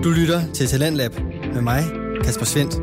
Du lytter til Talentlab med mig, Kasper Svendt.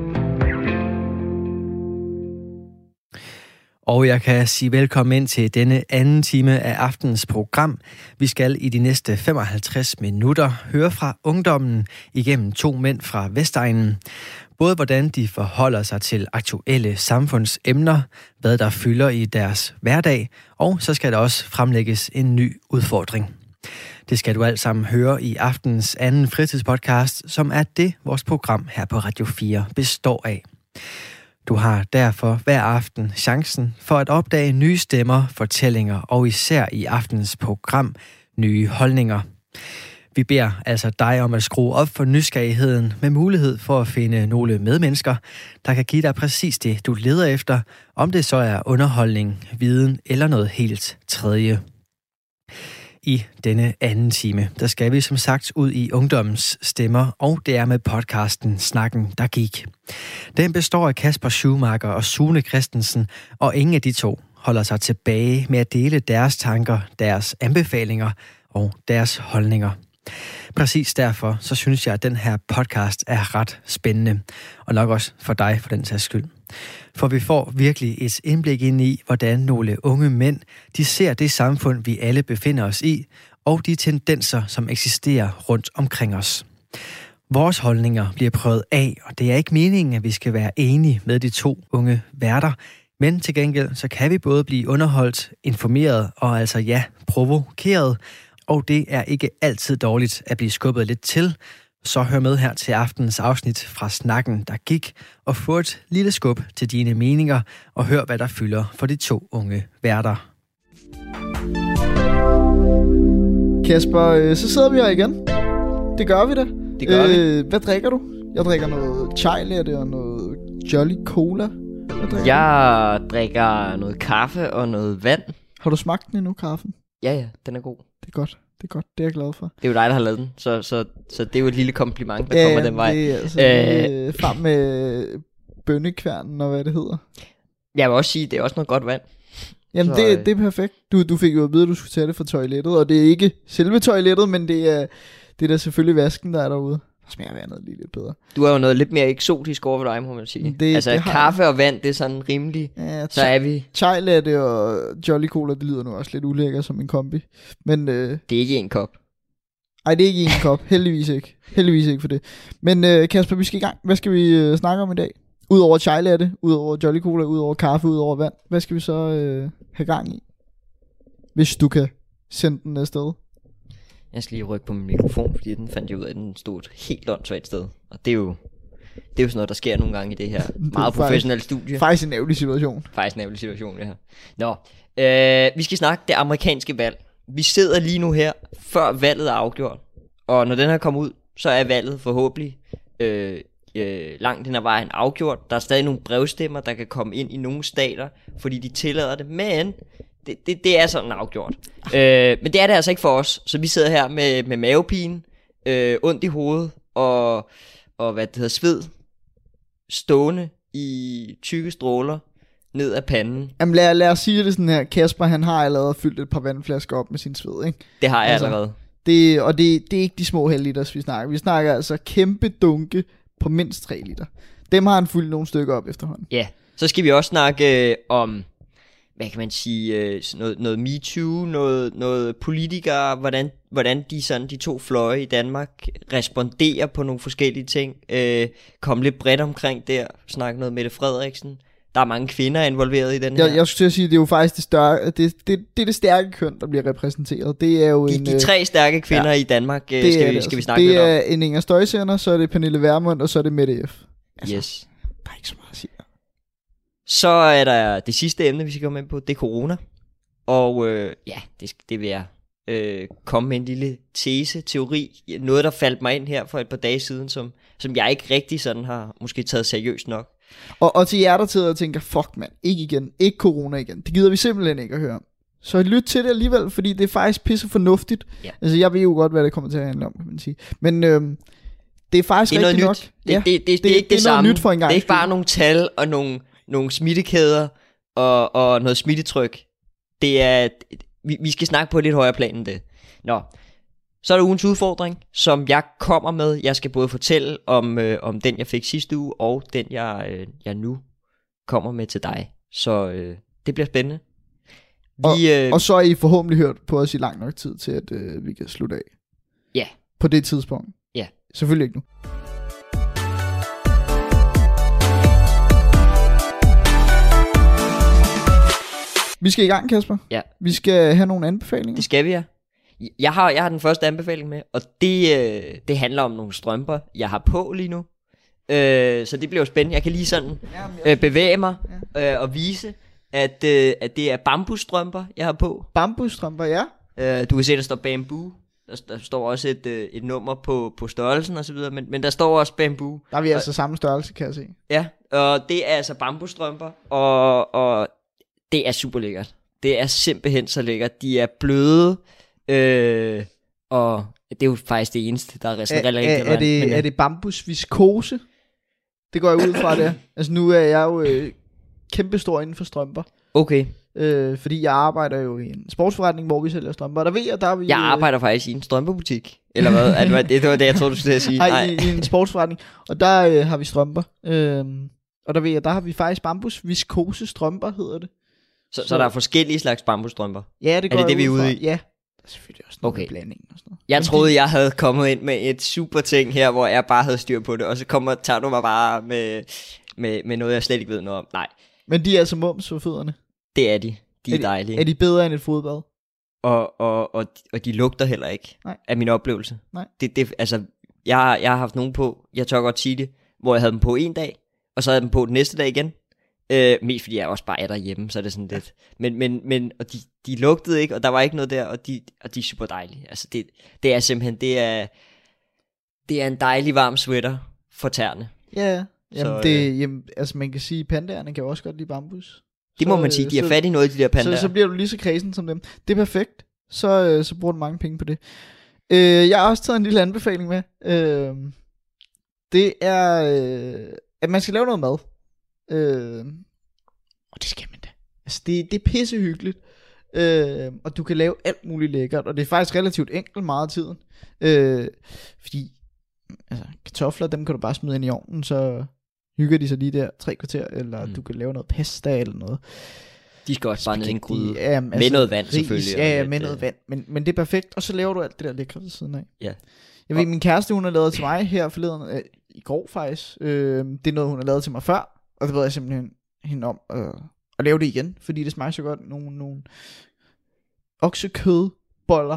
Og jeg kan sige velkommen ind til denne anden time af aftenens program. Vi skal i de næste 55 minutter høre fra ungdommen igennem 2 mænd fra Vestegnen. Både hvordan de forholder sig til aktuelle samfundsemner, hvad der fylder i deres hverdag, og så skal der også fremlægges en ny udfordring. Det skal du alt sammen høre i aftens anden fritidspodcast, som er det, vores program her på Radio 4 består af. Du har derfor hver aften chancen for at opdage nye stemmer, fortællinger og især i aftens program nye holdninger. Vi beder altså dig om at skrue op for nysgerrigheden med mulighed for at finde nogle medmennesker, der kan give dig præcis det, du leder efter, om det så er underholdning, viden eller noget helt tredje. I denne anden time, der skal vi som sagt ud i ungdommens stemmer, og det er med podcasten Snakken, der gik. Den består af Kasper Schumacher og Sune Christensen, og ingen af de to holder sig tilbage med at dele deres tanker, deres anbefalinger og deres holdninger. Præcis derfor, så synes jeg, at den her podcast er ret spændende, og nok også for dig for den sags skyld. For vi får virkelig et indblik ind i, hvordan nogle unge mænd, de ser det samfund, vi alle befinder os i, og de tendenser, som eksisterer rundt omkring os. Vores holdninger bliver prøvet af, og det er ikke meningen, at vi skal være enige med de 2 unge værter, men til gengæld, så kan vi både blive underholdt, informeret og altså provokeret, og det er ikke altid dårligt at blive skubbet lidt til. Så hør med her til aftens afsnit fra Snakken, der gik, og få et lille skub til dine meninger, og hør, hvad der fylder for de 2 unge værter. Kasper, så sidder vi her igen. Det gør vi da. Det gør vi. Hvad drikker du? Jeg drikker noget chai latte og noget Jolly Cola. Jeg drikker noget kaffe og noget vand. Har du smagt den endnu, kaffen? Ja, den er god. Det er godt. Det er jeg glad for. Det er jo dig, der har lavet den, så det er jo et lille kompliment, der kommer den vej. Det er altså frem med bønnekværnen og hvad det hedder. Jeg vil også sige, det er også noget godt vand. Jamen det er perfekt. Du fik jo at vide, at du skulle tage det fra toilettet, og det er ikke selve toilettet, men det er der selvfølgelig vasken, der er derude. Der smager vandet lige lidt bedre. Du er jo noget lidt mere eksotisk over for dig, må man sige. Det kaffe og vand, det er sådan rimelig, så er vi... Chai latte og Jolly Cola, det lyder nu også lidt ulækker som en kombi. Men det er ikke en kop. Nej, det er ikke en kop. Heldigvis ikke for det. Men Kasper, vi skal i gang. Hvad skal vi snakke om i dag? Udover chai latte, udover Jolly Cola, udover kaffe, udover vand. Hvad skal vi så have gang i? Hvis du kan sende den afsted. Jeg skal lige rykke på min mikrofon, fordi den fandt jeg ud af, at den stod et helt åndssvagt sted. Og det er jo sådan noget, der sker nogle gange i det her meget professionelle studie. Faktisk en ærgerlig situation. Det her. Nå, vi skal snakke det amerikanske valg. Vi sidder lige nu her, før valget er afgjort. Og når den her kommer ud, så er valget forhåbentlig langt den ad vejen afgjort. Der er stadig nogle brevstemmer, der kan komme ind i nogle stater, fordi de tillader det. Men det er sådan afgjort. Men det er det altså ikke for os. Så vi sidder her med mavepine, ondt i hovedet og hvad det hedder, sved, stående i tykke stråler ned ad panden. Jamen lad os sige det sådan her. Kasper, han har allerede fyldt et par vandflasker op med sin sved, ikke? Det har jeg allerede. Det er ikke de små halvliters, vi snakker. Vi snakker altså kæmpe dunke på mindst 3 liter. Dem har han fyldt nogle stykker op efterhånden. Ja, så skal vi også snakke om, hvad kan man sige, noget MeToo, noget politikere, hvordan de 2 fløje i Danmark responderer på nogle forskellige ting. Kom lidt bredt omkring der, snakke noget Mette Frederiksen. Der er mange kvinder involveret i den her. Jeg skulle til at sige, det er jo faktisk det er det stærke køn, der bliver repræsenteret. Det er jo de 3 stærke kvinder i Danmark, skal vi snakke lidt om. Det er en Inger Støjsender, så er det Pernille Vermund, og så er det Mette F. Altså, yes. Der er ikke så meget at sige. Så er der det sidste emne, vi skal komme ind på, det er corona. Og det vil jeg komme med en lille teori. Noget, der faldt mig ind her for et par dage siden, som jeg ikke rigtig sådan har måske taget seriøst nok. Og til jer, der sidder og tænker, fuck mand, ikke igen, ikke corona igen. Det gider vi simpelthen ikke at høre om. Så lyt til det alligevel, fordi det er faktisk pisse fornuftigt. Ja. Altså jeg ved jo godt, hvad det kommer til at handle om, kan man sige. Men det er faktisk rigtigt nok. Ja, det er ikke det samme. Nyt for en gang. Det er ikke bare nogle tal og nogle smittekæder og noget smittetryk. Det er, vi skal snakke på et lidt højere plan end det. Nå, Så er der ugens udfordring, som jeg kommer med. Jeg skal både fortælle om den, jeg fik sidste uge, og den, jeg nu kommer med til dig. Så det bliver spændende. Og så har I forhåbentlig hørt på os i lang nok tid til, at vi kan slutte af. Ja. På det tidspunkt. Ja. Selvfølgelig ikke nu. Vi skal i gang, Kasper. Ja. Vi skal have nogle anbefalinger. Det skal vi, ja. Jeg har den første anbefaling med, og det handler om nogle strømper, jeg har på lige nu. Så det bliver jo spændende. Jeg kan lige sådan bevæge mig og vise, at det er bambusstrømper, jeg har på. Bambusstrømper, ja. Du kan se, der står bamboo. Der står også et nummer på størrelsen og så videre, men der står også bamboo. Der er vi altså samme størrelse, kan jeg se. Ja, og det er altså bambusstrømper, og det er super lækkert. Det er simpelthen så lækkert. De er bløde, og det er jo faktisk det eneste, der er sådan rigtig er det bambus viskose? Det går jeg ud fra det. Altså nu er jeg jo kæmpestor inden for strømper. Okay. Fordi jeg arbejder jo i en sportsforretning, hvor vi sælger strømper. Der ved jeg, der er vi... Jeg arbejder faktisk i en strømpebutik. Eller hvad? Det var det, jeg troede, du skulle sige. Nej, i en sportsforretning. Og der har vi strømper. Og der ved jeg, der har vi faktisk bambus viskose strømper, hedder det. Så der er forskellige slags bambusstrømper? Ja, det går er det vi er ude i? Ja. Der er selvfølgelig også noget blanding og sådan noget. Jeg troede, jeg havde kommet ind med et super ting her, hvor jeg bare havde styr på det, og så tager du mig bare med noget, jeg slet ikke ved noget om. Nej. Men de er altså mums for fødderne. Det er de. De er dejlige. Er de bedre end et fodbad? Og de lugter heller ikke. Nej. Af min oplevelse. Nej. Altså, jeg har haft nogen på, jeg tør godt sige det, hvor jeg havde dem på en dag, og så havde jeg dem på den næste dag igen. Mest fordi jeg også bare er derhjemme, så er det sådan lidt. Men og de lugtede ikke, og der var ikke noget der, og de er super dejlige. Altså det er simpelthen, det er en dejlig varm sweater for tæerne. Ja, jamen, altså man kan sige, pandaerne kan jo også godt lide bambus. Det må man sige, de har fat i noget af de der pandaer. Så bliver du lige så kredsen som dem. Det er perfekt, så bruger du mange penge på det. Jeg har også taget en lille anbefaling med. Det er, at man skal lave noget mad. Og det skal man da. Altså det er pissehyggeligt. Og du kan lave alt muligt lækkert. Og det er faktisk relativt enkelt meget af tiden. Fordi altså, kartofler, dem kan du bare smide ind i ovnen, så hygger de sig lige der 3 kvarter. Eller du kan lave noget pasta eller noget. De skal også bare ned i en gryde. Ja, altså, med noget vand selvfølgelig. Ja, med noget vand. Men det er perfekt. Og så laver du alt det der lækre ved siden af. Ja. Jeg ved, min kæreste, hun har lavet til mig her forleden, i går faktisk. Det er noget, hun har lavet til mig før. Og det ved jeg simpelthen hende om at lave det igen. Fordi det smager så godt. Nogle oksekødboller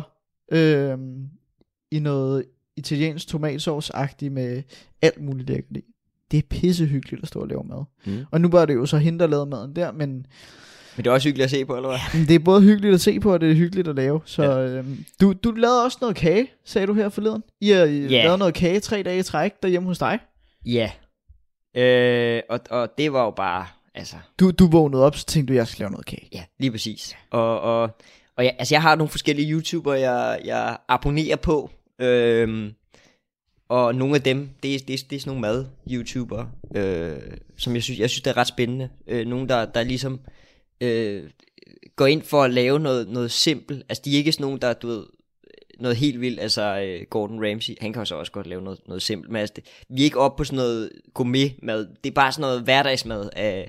i noget italiensk tomatsauce-agtigt med alt muligt lækkert i. Det er pissehyggeligt at stå og lave mad. Og nu var det jo så hende, der lavede maden der, men det er også hyggeligt at se på, eller hvad? Det er både hyggeligt at se på, og det er hyggeligt at lave. Så du lavede også noget kage, sagde du her forleden. I har lavet noget kage 3 dage i træk derhjemme hos dig. Ja. Og det var jo bare, altså... Du vågnede op, så tænkte du, jeg skal lave noget kage. Ja, lige præcis. Og jeg har nogle forskellige YouTubere, jeg abonnerer på. Og nogle af dem, det er sådan nogle mad-YouTubere, som jeg synes, det er ret spændende. Nogle, der ligesom går ind for at lave noget simpelt. Altså, de er ikke sådan nogen, der, du ved, noget helt vildt. Altså, Gordon Ramsay, han kan jo så også godt lave noget simpelt. Men altså, vi er ikke oppe på sådan noget gourmet-mad. Det er bare sådan noget hverdagsmad af...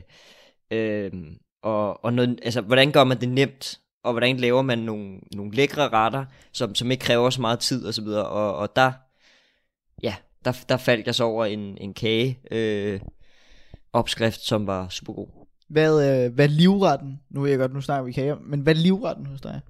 og noget, altså, hvordan gør man det nemt? Og hvordan laver man nogle lækre retter, som ikke kræver så meget tid og så videre. Og der faldt jeg så over en kage opskrift, som var super god. Hvad er livretten? Nu ved jeg godt, nu snakker vi kager, men hvad er livretten hos dig?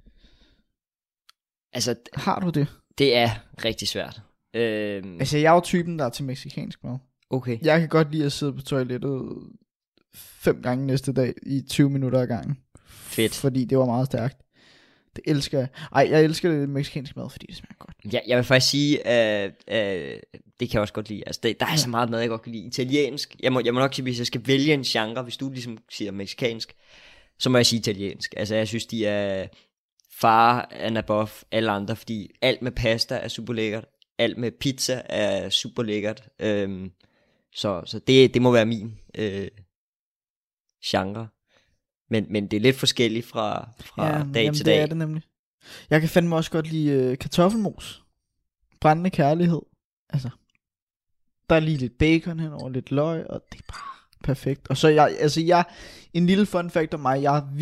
Altså, har du det? Det er rigtig svært. Altså, jeg er jo typen, der er til mexicansk mad. Okay. Jeg kan godt lide at sidde på toilettet 5 gange næste dag i 20 minutter ad gangen. Fedt. Fordi det var meget stærkt. Det elsker jeg. Jeg elsker det mexicansk mad, fordi det smager godt. Ja, jeg vil faktisk sige, at det kan jeg også godt lide. Altså, der er så meget mad, jeg godt kan lide. Italiensk. Jeg må nok sige, hvis jeg skal vælge en genre, hvis du ligesom siger mexicansk, så må jeg sige italiensk. Altså, jeg synes, de er far and above alle andre, fordi alt med pasta er super lækkert. Alt med pizza er super lækkert. Så det må være min genre. Men det er lidt forskelligt fra dag til dag. Det er det nemlig. Jeg kan fandme også godt lide kartoffelmos. Brændende kærlighed. Altså, der er lige lidt bacon henover, lidt løg, og det er bare perfekt. Og så en lille fun fact om mig, jeg er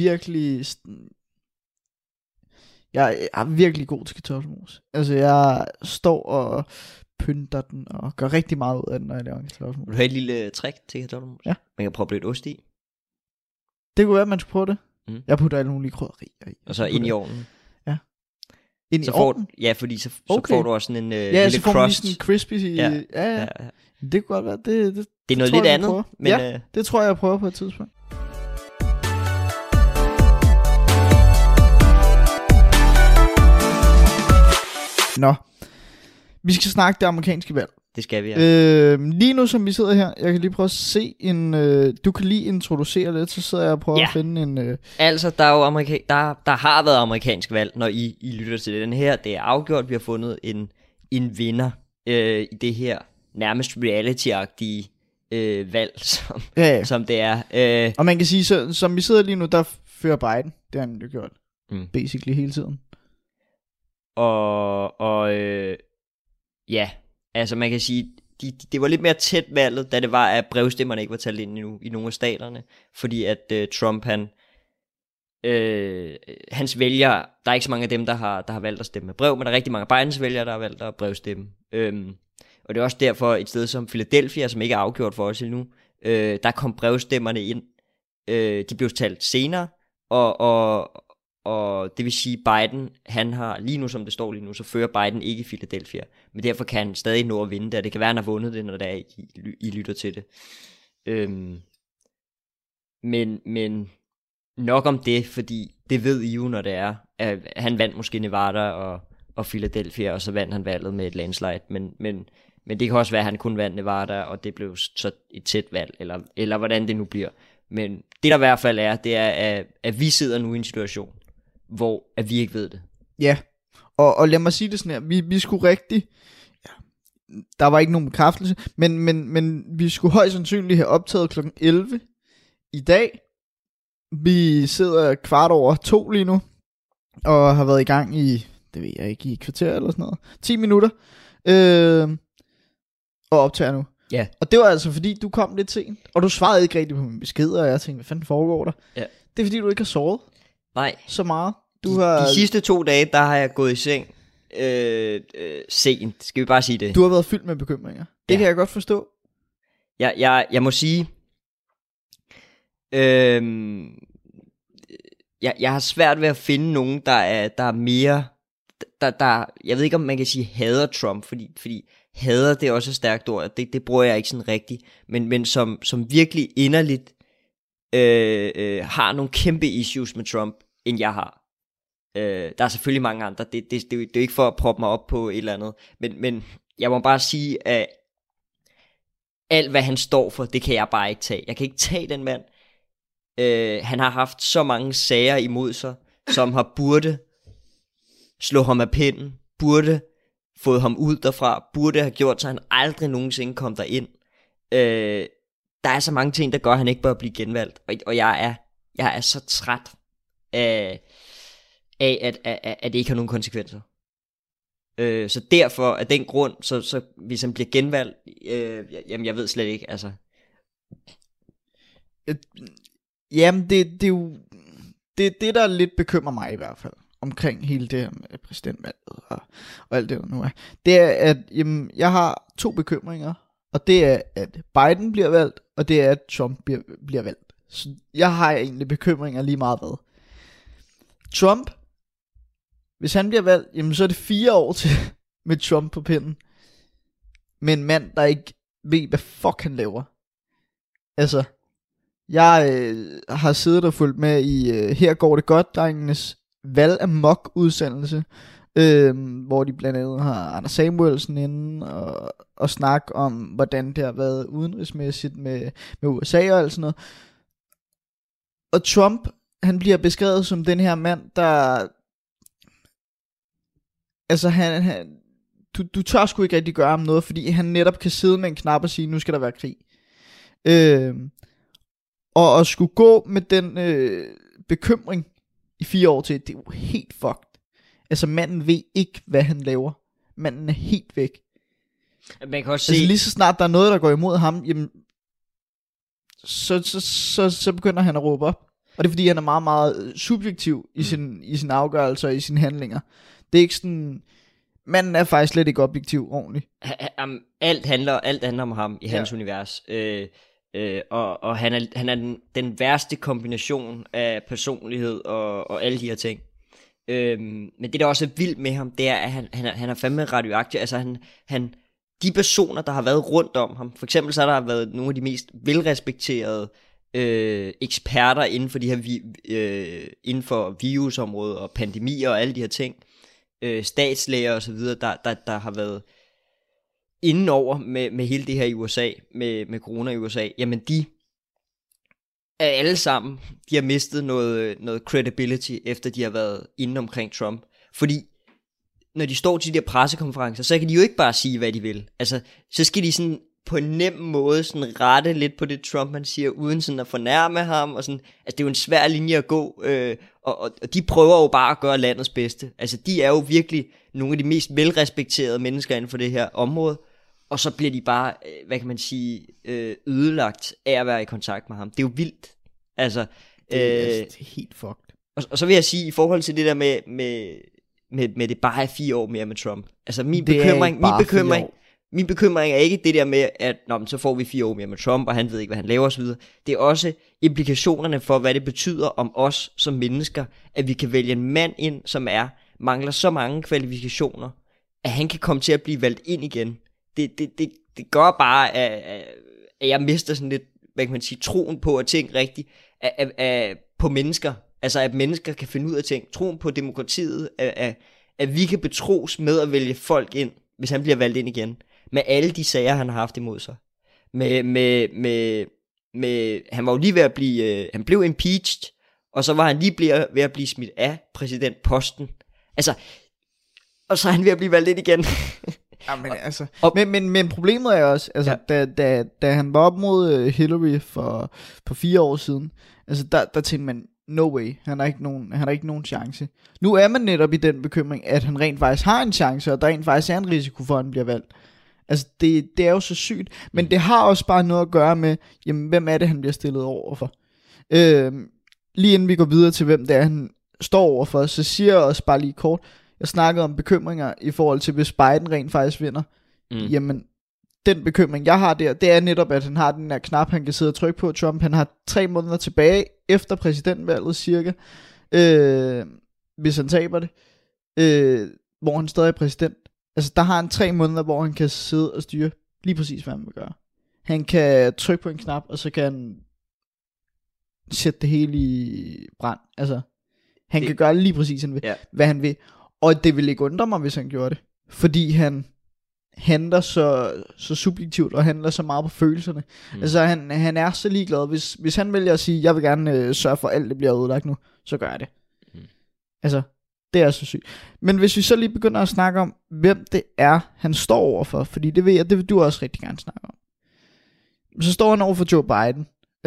virkelig god til kartoffelmos. Altså, jeg står og pynter den, og gør rigtig meget ud af den, når jeg laver kartoffelmos. Vil du have et lille trick til kartoffelmos? Ja. Man kan prøve lidt ost i. Det kunne være, at man skulle prøve det. Jeg putter alle mulige krydderier i. Og så ind i ovnen. Ja. Ind så i ovnen? Ja, fordi så får du også sådan en lille ja, så får man crust. sådan en crispy. Ja. Det kunne godt være. Det er noget lidt andet. Men, ja, det tror jeg prøver på et tidspunkt. Nå, vi skal snakke det amerikanske valg. Det skal vi, ja. Lige nu som vi sidder her, jeg kan lige prøve at se du kan lige introducere lidt, så sidder jeg og prøver at finde en... Altså, der er jo der har været amerikansk valg, når I lytter til den her. Det er afgjort, vi har fundet en vinder i det her nærmest reality-agtige valg, som det er. Og man kan sige, så, som vi sidder lige nu, der fører Biden. Det har han jo gjort. Basically hele tiden. Ja, altså man kan sige, det var lidt mere tæt valget, da det var, at brevstemmerne ikke var talt ind endnu i nogle af staterne, fordi at Trump, hans vælgere, der er ikke så mange af dem, der har valgt at stemme med brev, men der er rigtig mange af Bidens vælgere, der har valgt at brevstemme. Og det er også derfor et sted som Philadelphia, som ikke er afgjort for os endnu, der kom brevstemmerne ind, de blev talt senere, og det vil sige, Biden, han har lige nu, som det står lige nu, så fører Biden ikke i Philadelphia. Men derfor kan han stadig nå at vinde det, og det kan være, han har vundet det, når der er, I lytter til det. Men nok om det, fordi det ved I jo, når det er. Han vandt måske Nevada og Philadelphia, og så vandt han valget med et landslide. Men det kan også være, at han kun vandt Nevada, og det blev så et tæt valg, eller hvordan det nu bliver. Men det der i hvert fald er, det er, at vi sidder nu i en situation, hvor at vi ikke ved det. Ja, og lad mig sige det sådan her, vi skulle rigtig, der var ikke nogen bekræftelse, men vi skulle højst sandsynligt have optaget kl. 11 i dag. Vi sidder 2:15 lige nu, og har været i gang i, det ved jeg ikke, i et kvarter eller sådan noget, 10 minutter, og optager nu. Ja. Og det var altså fordi, du kom lidt sent, og du svarede ikke rigtig på mine beskeder, og jeg tænkte, hvad fanden foregår der? Ja. Det er fordi, du ikke har sovet. Nej. Så meget. De sidste 2 dage, der har jeg gået i seng sent. Skal vi bare sige det? Du har været fyldt med bekymringer. Det kan jeg godt forstå. Jeg må sige, jeg har svært ved at finde nogen, der er mere, der jeg ved ikke, om man kan sige hader Trump, fordi hader, det er også et stærkt ord. Det bruger jeg ikke sådan rigtigt. Men som virkelig inderligt har nogle kæmpe issues med Trump, end jeg har. Der er selvfølgelig mange andre. Det er jo ikke for at proppe mig op på et eller andet. Men jeg må bare sige, at alt hvad han står for, det kan jeg bare ikke tage. Jeg kan ikke tage den mand. Han har haft så mange sager imod sig, som har burde slå ham af pinden, burde fået ham ud derfra, burde have gjort, så han aldrig nogensinde kom derind. Der er så mange ting, der gør, at han ikke bør blive genvalgt. Og jeg er så træt af at det ikke har nogen konsekvenser. Så derfor, af den grund, så hvis han bliver genvalgt, jamen jeg ved slet ikke, altså. Jamen det er jo det der lidt bekymrer mig i hvert fald omkring hele det her med præsidentvalget og alt det der nu er. Det er at jamen, jeg har 2 bekymringer, og det er at Biden bliver valgt, og det er at Trump bliver valgt. Så jeg har egentlig bekymringer lige meget hvad. Trump, hvis han bliver valgt, jamen så er det 4 år til med Trump på pinden. Med en mand, der ikke ved, hvad fuck han laver. Altså, jeg har siddet og fulgt med i Her går det godt, drengenes valg af mock-udsendelse, hvor de blandt andet har Anders Samuelsen inde og snakke om, hvordan det har været udenrigsmæssigt med USA og alt sådan noget. Og Trump, han bliver beskrevet som den her mand, der... Altså, du tør sgu ikke rigtig gøre ham noget, fordi han netop kan sidde med en knap og sige, nu skal der være krig. Og at skulle gå med den bekymring i 4 år til, det er jo helt fucked. Altså manden ved ikke, hvad han laver. Manden er helt væk. Man kan også se... Altså lige så snart der er noget, der går imod ham, jamen, så begynder han at råbe op. Og det er fordi, han er meget, meget subjektiv i sin afgørelse og i sine handlinger. Det er ikke sådan... Manden er faktisk slet ikke objektiv ordentligt. Alt handler om ham i hans univers. Og han er den værste kombination af personlighed og alle de her ting. Men det der også er vildt med ham, det er at han er fandme radioaktiv. Altså de personer der har været rundt om ham, for eksempel så har der været nogle af de mest velrespekterede eksperter inden for de her inden for virusområdet og pandemier og alle de her ting, statslæger og så videre, der har været indenover med hele det her i USA, med corona i USA. Jamen de er alle sammen, de har mistet noget credibility, efter de har været inde omkring Trump. Fordi når de står til de der pressekonferencer, så kan de jo ikke bare sige, hvad de vil. Altså, så skal de sådan på en nem måde sådan rette lidt på det Trump man siger, uden sådan at fornærme ham. Og sådan. Altså, det er jo en svær linje at gå, og de prøver jo bare at gøre landets bedste. Altså, de er jo virkelig nogle af de mest velrespekterede mennesker inden for det her område. Og så bliver de bare, hvad kan man sige, ødelagt af at være i kontakt med ham. Det er jo vildt. Altså, det er helt fucked. Og så vil jeg sige, i forhold til det der med det bare er 4 år mere med Trump. Altså min bekymring er ikke det der med, at så får vi 4 år mere med Trump, og han ved ikke, hvad han laver osv. Det er også implikationerne for, hvad det betyder om os som mennesker, at vi kan vælge en mand ind, som mangler så mange kvalifikationer, at han kan komme til at blive valgt ind igen. Det gør bare, at jeg mister sådan lidt, hvad kan man sige, troen på at tænke rigtigt på mennesker. Altså at mennesker kan finde ud af ting. Troen på demokratiet, at vi kan betros med at vælge folk ind, hvis han bliver valgt ind igen. Med alle de sager, han har haft imod sig. Han var jo lige ved at blive, han blev impeached, og så var han lige ved at blive smidt af præsidentposten. Altså, og så er han ved at blive valgt ind igen. Jamen, altså, men problemet er også, altså, da han var op mod Hillary for 4 år siden, altså der tænkte man, no way, han har ikke nogen chance. Nu er man netop i den bekymring, at han rent faktisk har en chance, og der rent faktisk er en risiko for, at han bliver valgt. Altså det er jo så sygt, men det har også bare noget at gøre med, jamen hvem er det, han bliver stillet overfor. Lige inden vi går videre til, hvem det er, han står overfor, så siger jeg også bare lige kort, jeg snakkede om bekymringer i forhold til, hvis Biden rent faktisk vinder. Jamen, den bekymring, jeg har der, det er netop, at han har den der knap, han kan sidde og trykke på. Trump, han har 3 måneder tilbage efter præsidentvalget cirka, hvis han taber det, hvor han stadig er præsident. Altså, der har han 3 måneder, hvor han kan sidde og styre lige præcis, hvad han vil gøre. Han kan trykke på en knap, og så kan han sætte det hele i brand. Altså, han kan gøre lige præcis, hvad han vil. Og det ville ikke undre mig, hvis han gjorde det. Fordi han handler så subjektivt, og handler så meget på følelserne. Altså, han er så ligeglad. Hvis han vælger at sige, jeg vil gerne sørge for, at alt det bliver ødelagt nu, så gør jeg det. Altså, det er så sygt. Men hvis vi så lige begynder at snakke om, hvem det er, han står overfor, fordi det ved jeg, det vil du også rigtig gerne snakke om. Så står han over for Joe Biden.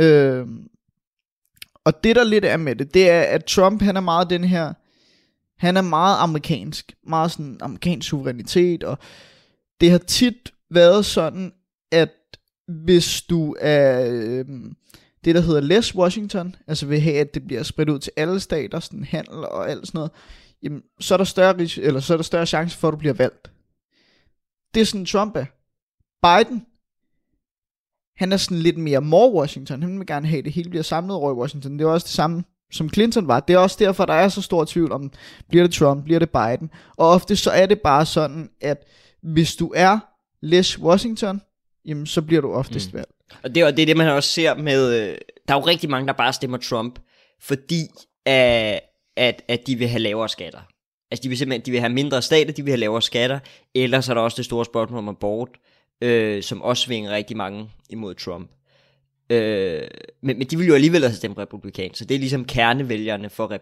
Og det der lidt er med det er, at Trump, han er meget den her, han er meget amerikansk, meget sådan amerikansk suverænitet, og det har tit været sådan, at hvis du er det der hedder less Washington, altså vil have, at det bliver spredt ud til alle stater, sådan handel og alt sådan noget, jamen, så er der større chance for, at du bliver valgt. Det er sådan Trump er. Biden, han er sådan lidt mere more Washington. Han vil gerne have, at det hele bliver samlet over i Washington. Det er også det samme, som Clinton var. Det er også derfor, der er så stor tvivl om, bliver det Trump, bliver det Biden. Og ofte så er det bare sådan, at hvis du er less Washington, jamen, så bliver du oftest valgt. Og det er det, man også ser med, der er jo rigtig mange, der bare stemmer Trump, fordi at de vil have lavere skatter. Altså de vil have mindre stater, de vil have lavere skatter, ellers er der også det store spørgsmål om abort, som også svinger rigtig mange imod Trump. Men de vil jo alligevel have stemt republikansk, så det er ligesom kernevælgerne for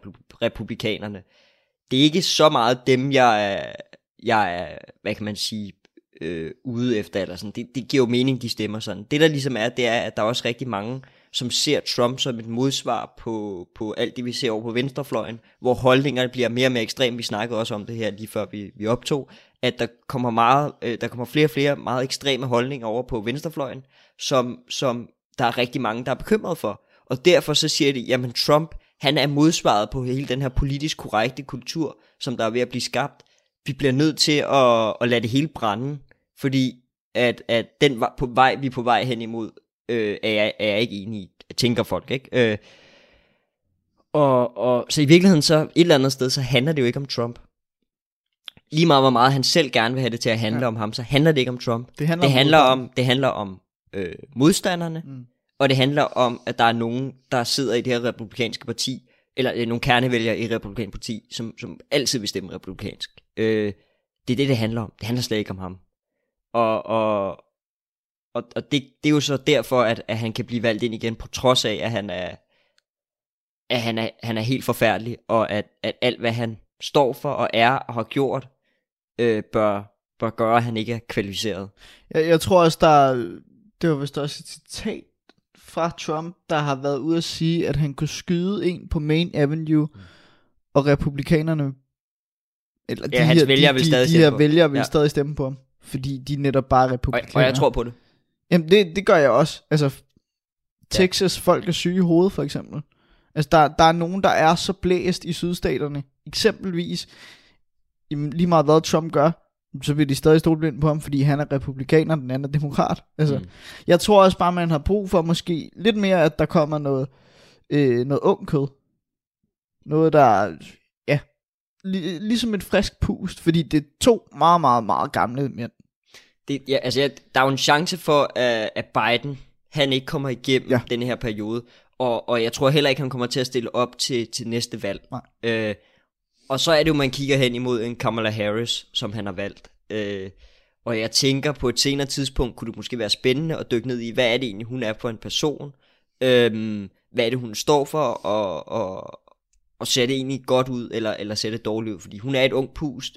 republikanerne. Det er ikke så meget dem, jeg er hvad kan man sige, ude efter, eller sådan. Det giver jo mening, de stemmer sådan. Det der ligesom er, det er, at der er også rigtig mange, som ser Trump som et modsvar på alt det, vi ser over på venstrefløjen, hvor holdningerne bliver mere og mere ekstreme. Vi snakkede også om det her lige før vi optog, at der kommer flere og flere meget ekstreme holdninger over på venstrefløjen, som der er rigtig mange, der er bekymret for. Og derfor så siger de, jamen Trump, han er modsvaret på hele den her politisk korrekte kultur, som der er ved at blive skabt. Vi bliver nødt til at lade det hele brænde, fordi at den vi er på vej hen imod, er jeg ikke enig i, tænker folk, ikke? Og så i virkeligheden så, et eller andet sted, så handler det jo ikke om Trump. Lige meget hvor meget han selv gerne vil have det til at handle om ham, så handler det ikke om Trump. Det handler om modstanderne, og det handler om, at der er nogen, der sidder i det her republikanske parti, eller nogle kernevælgere i republikansk parti, som altid vil stemme republikansk. Det er det handler om. Det handler slet ikke om ham. Og det er jo så derfor, at han kan blive valgt ind igen, på trods af, at han er helt forfærdelig, og at alt, hvad han står for og er og har gjort, bør gøre, at han ikke er kvalificeret. Jeg tror også, det var vist også et citat fra Trump, der har været ude at sige, at han kunne skyde en på Main Avenue, og republikanerne, eller hans vælgere vil stadig stemme på ham, fordi de netop bare er republikanere. Og jeg tror på det. Jamen det gør jeg også. Altså Texas folk er syge i hovedet for eksempel. Altså der er nogen, der er så blæst i sydstaterne, eksempelvis lige meget hvad Trump gør, så vil de stadig stole blind på ham, fordi han er republikaner, den anden er demokrat. Altså, jeg tror også bare, man har brug for måske lidt mere, at der kommer noget ung kød. Noget, der ligesom et frisk pust, fordi det er 2 meget, meget, meget gamle mænd. Der er jo en chance for, at Biden, han ikke kommer igennem denne her periode, og jeg tror heller ikke, han kommer til at stille op til næste valg. Og så er det jo, man kigger hen imod en Kamala Harris, som han har valgt. Og jeg tænker, på et senere tidspunkt kunne det måske være spændende at dykke ned i, hvad er det egentlig, hun er for en person? Hvad er det, hun står for? Og ser det egentlig godt ud, eller ser det dårligt ud? Fordi hun er et ung pust.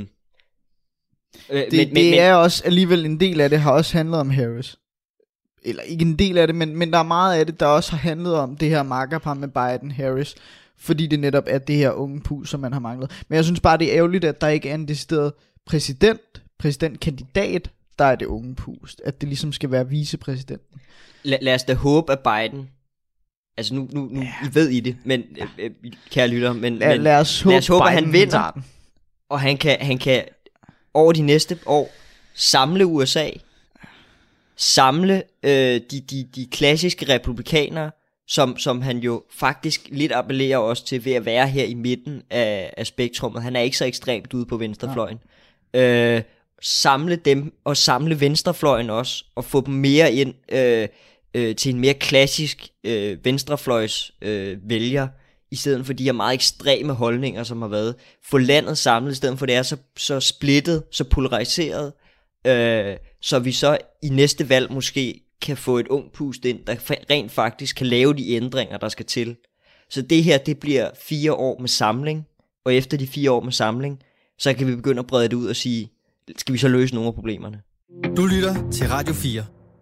Det er også alligevel en del af det, har også handlet om Harris. Eller ikke en del af det, men der er meget af det, der også har handlet om det her makkerpar med Biden-Harris. Fordi det netop er det her unge pus, som man har manglet. Men jeg synes bare, det er ærgerligt, at der ikke er en decideret præsidentkandidat, der er det unge pus. At det ligesom skal være vicepræsidenten. Lad os da håbe, at Biden... Altså nu I ved I det, men kære lytter, men lad os håbe, at han vinder. Den. Og han kan over de næste år samle USA, samle de klassiske republikanere, som han jo faktisk lidt appellerer også til ved at være her i midten af spektrummet. Han er ikke så ekstremt ude på venstrefløjen. Samle dem og samle venstrefløjen også, og få dem mere ind til en mere klassisk venstrefløjs vælger, i stedet for de her meget ekstreme holdninger, som har været. Få landet samlet, i stedet for det er så splittet, så polariseret, så vi så i næste valg måske kan få et ung pust ind, der rent faktisk kan lave de ændringer, der skal til. Så det her, det bliver 4 år med samling, og efter de 4 år med samling, så kan vi begynde at brede det ud og sige, skal vi så løse nogle af problemerne? Du lytter til Radio 4.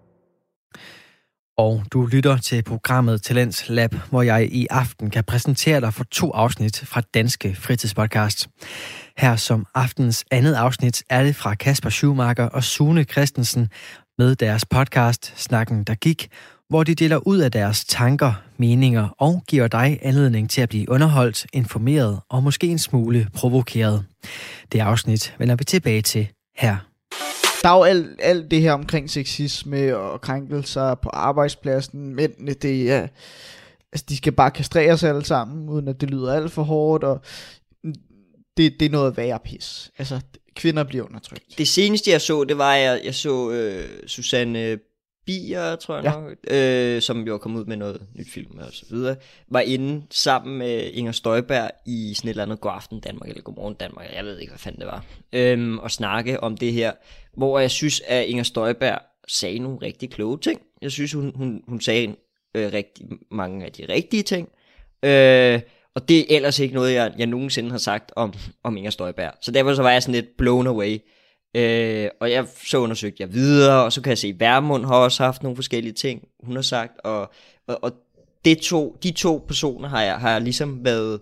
Og du lytter til programmet Talents Lab, hvor jeg i aften kan præsentere dig for 2 afsnit fra Danske Fritidspodcast. Her som aftens andet afsnit er det fra Kasper Schumacher og Sune Christensen med deres podcast Snakken, der gik, hvor de deler ud af deres tanker, meninger og giver dig anledning til at blive underholdt, informeret og måske en smule provokeret. Det afsnit vender vi tilbage til her. Der er jo alt det her omkring sexisme og krænkelser på arbejdspladsen. Mændene, det er, altså de skal bare kastreres alle sammen, uden at det lyder alt for hårdt, og det er noget værre pis. Altså, kvinder bliver undertrykt. Det seneste jeg så, det var, at jeg så Susanne Bier, tror jeg nok, som jo kom ud med noget nyt film og så videre, var inde sammen med Inger Støjberg i sådan et eller andet Godaften Danmark, eller Godmorgen Danmark, jeg ved ikke, hvad fanden det var, og snakke om det her, hvor jeg synes, at Inger Støjberg sagde nogle rigtig kloge ting. Jeg synes, hun sagde rigtig mange af de rigtige ting, og det er ellers ikke noget, jeg nogensinde har sagt om Inger Støjberg. Så derfor så var jeg sådan lidt blown away. Og så undersøgte jeg videre, og så kan jeg se, at Vermund har også haft nogle forskellige ting, hun har sagt, og de to personer har jeg ligesom været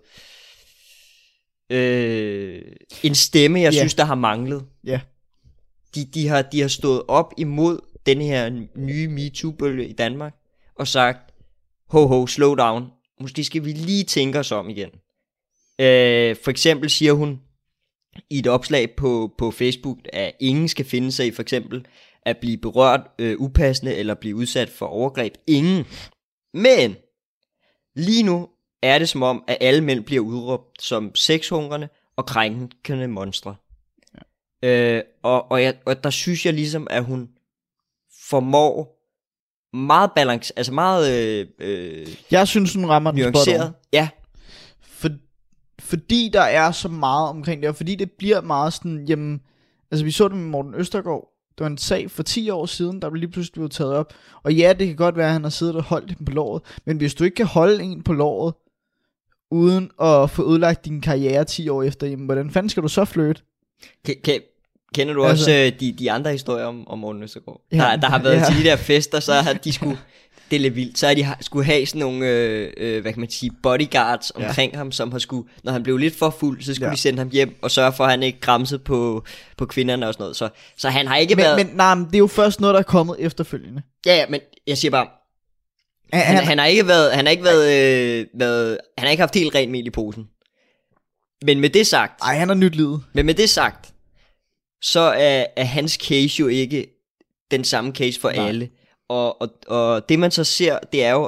en stemme, jeg synes, der har manglet. Ja. De har stået op imod den her nye MeToo-bølge i Danmark, og sagt, slow down, måske skal vi lige tænke os om igen. For eksempel siger hun i et opslag på Facebook, at ingen skal finde sig i for eksempel at blive berørt upassende, eller blive udsat for overgreb. Ingen. Men lige nu er det som om, at alle mænd bliver udråbt som sexhungrende og krænkende monstre. Ja. Og der synes jeg ligesom, at hun formår meget balance, altså meget jeg synes, hun rammer den nuanceret. Ja. Fordi der er så meget omkring det, og fordi det bliver meget sådan, jamen, altså vi så det med Morten Østergaard. Det var en sag for 10 år siden, der lige pludselig blev taget op. Og ja, det kan godt være, at han har siddet og holdt den på låret. Men hvis du ikke kan holde en på låret, uden at få ødelagt din karriere 10 år efter, jamen, hvordan fanden skal du så flytte? Kender du også de andre historier om Morten Østergaard? Ja, der har været til de der fester, så har de skulle... Det er lidt vildt. Så har de skulle have sådan nogle, hvad kan man sige, bodyguards omkring ham, som har skulle, når han blev lidt for fuld, så skulle de sende ham hjem og sørge for, at han ikke gramsede på kvinderne og sådan noget. Så han har ikke været... Men det er jo først noget, der er kommet efterfølgende. Ja, men jeg siger bare, han har ikke haft helt rent mel i posen. Men med det sagt... Nej, han har nyt livet. Men med det sagt, så er hans case jo ikke den samme case for alle. Og det man så ser, det er jo,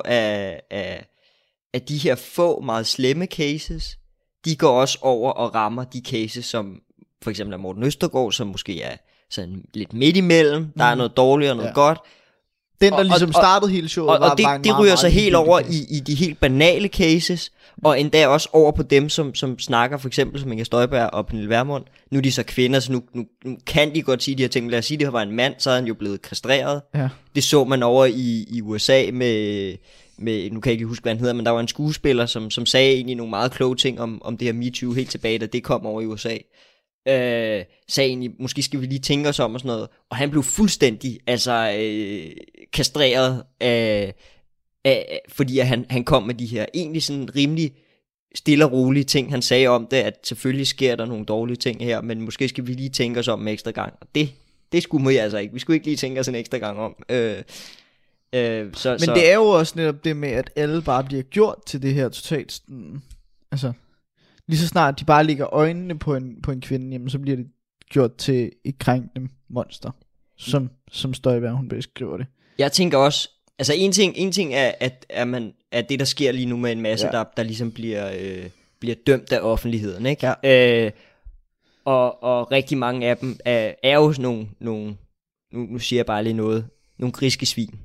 at de her få meget slemme cases, de går også over og rammer de cases, som for eksempel er Morten Østergaard, som måske er sådan lidt midt imellem. Der er noget dårligt og noget godt. Den, der ligesom startede hele showet, og det ryger så helt over i de helt banale cases, og endda også over på dem, som snakker, for eksempel som Inger Støjberg og Pernille Vermund. Nu er de så kvinder, så nu kan de godt sige de her ting. Lad os sige, det var en mand, så er han jo blevet kastreret. Ja. Det så man over i USA med, nu kan jeg ikke huske, hvad han hedder, men der var en skuespiller, som sagde egentlig nogle meget kloge ting om det her MeToo helt tilbage, da det kom over i USA. Sagde egentlig, måske skal vi lige tænke os om og sådan noget. Og han blev fuldstændig kastreret fordi at han kom med de her egentlig sådan rimelig stille og rolige ting. Han sagde om det, at selvfølgelig sker der nogle dårlige ting her, men måske skal vi lige tænke os om en ekstra gang. Og det skulle vi altså ikke. Vi skulle ikke lige tænke os en ekstra gang om. Men det er jo også netop det med, at alle bare bliver gjort til det her totalt. Altså, lige så snart de bare lægger øjnene på en kvinde, jamen, så bliver det gjort til et krænkende monster, som Støjberg, hun beskriver det. Jeg tænker også, altså en ting er, at det der sker lige nu med en masse, der ligesom bliver dømt af offentligheden, ikke? Ja. Og rigtig mange af dem er jo nogle nu siger jeg bare lige noget, nogle griske svin.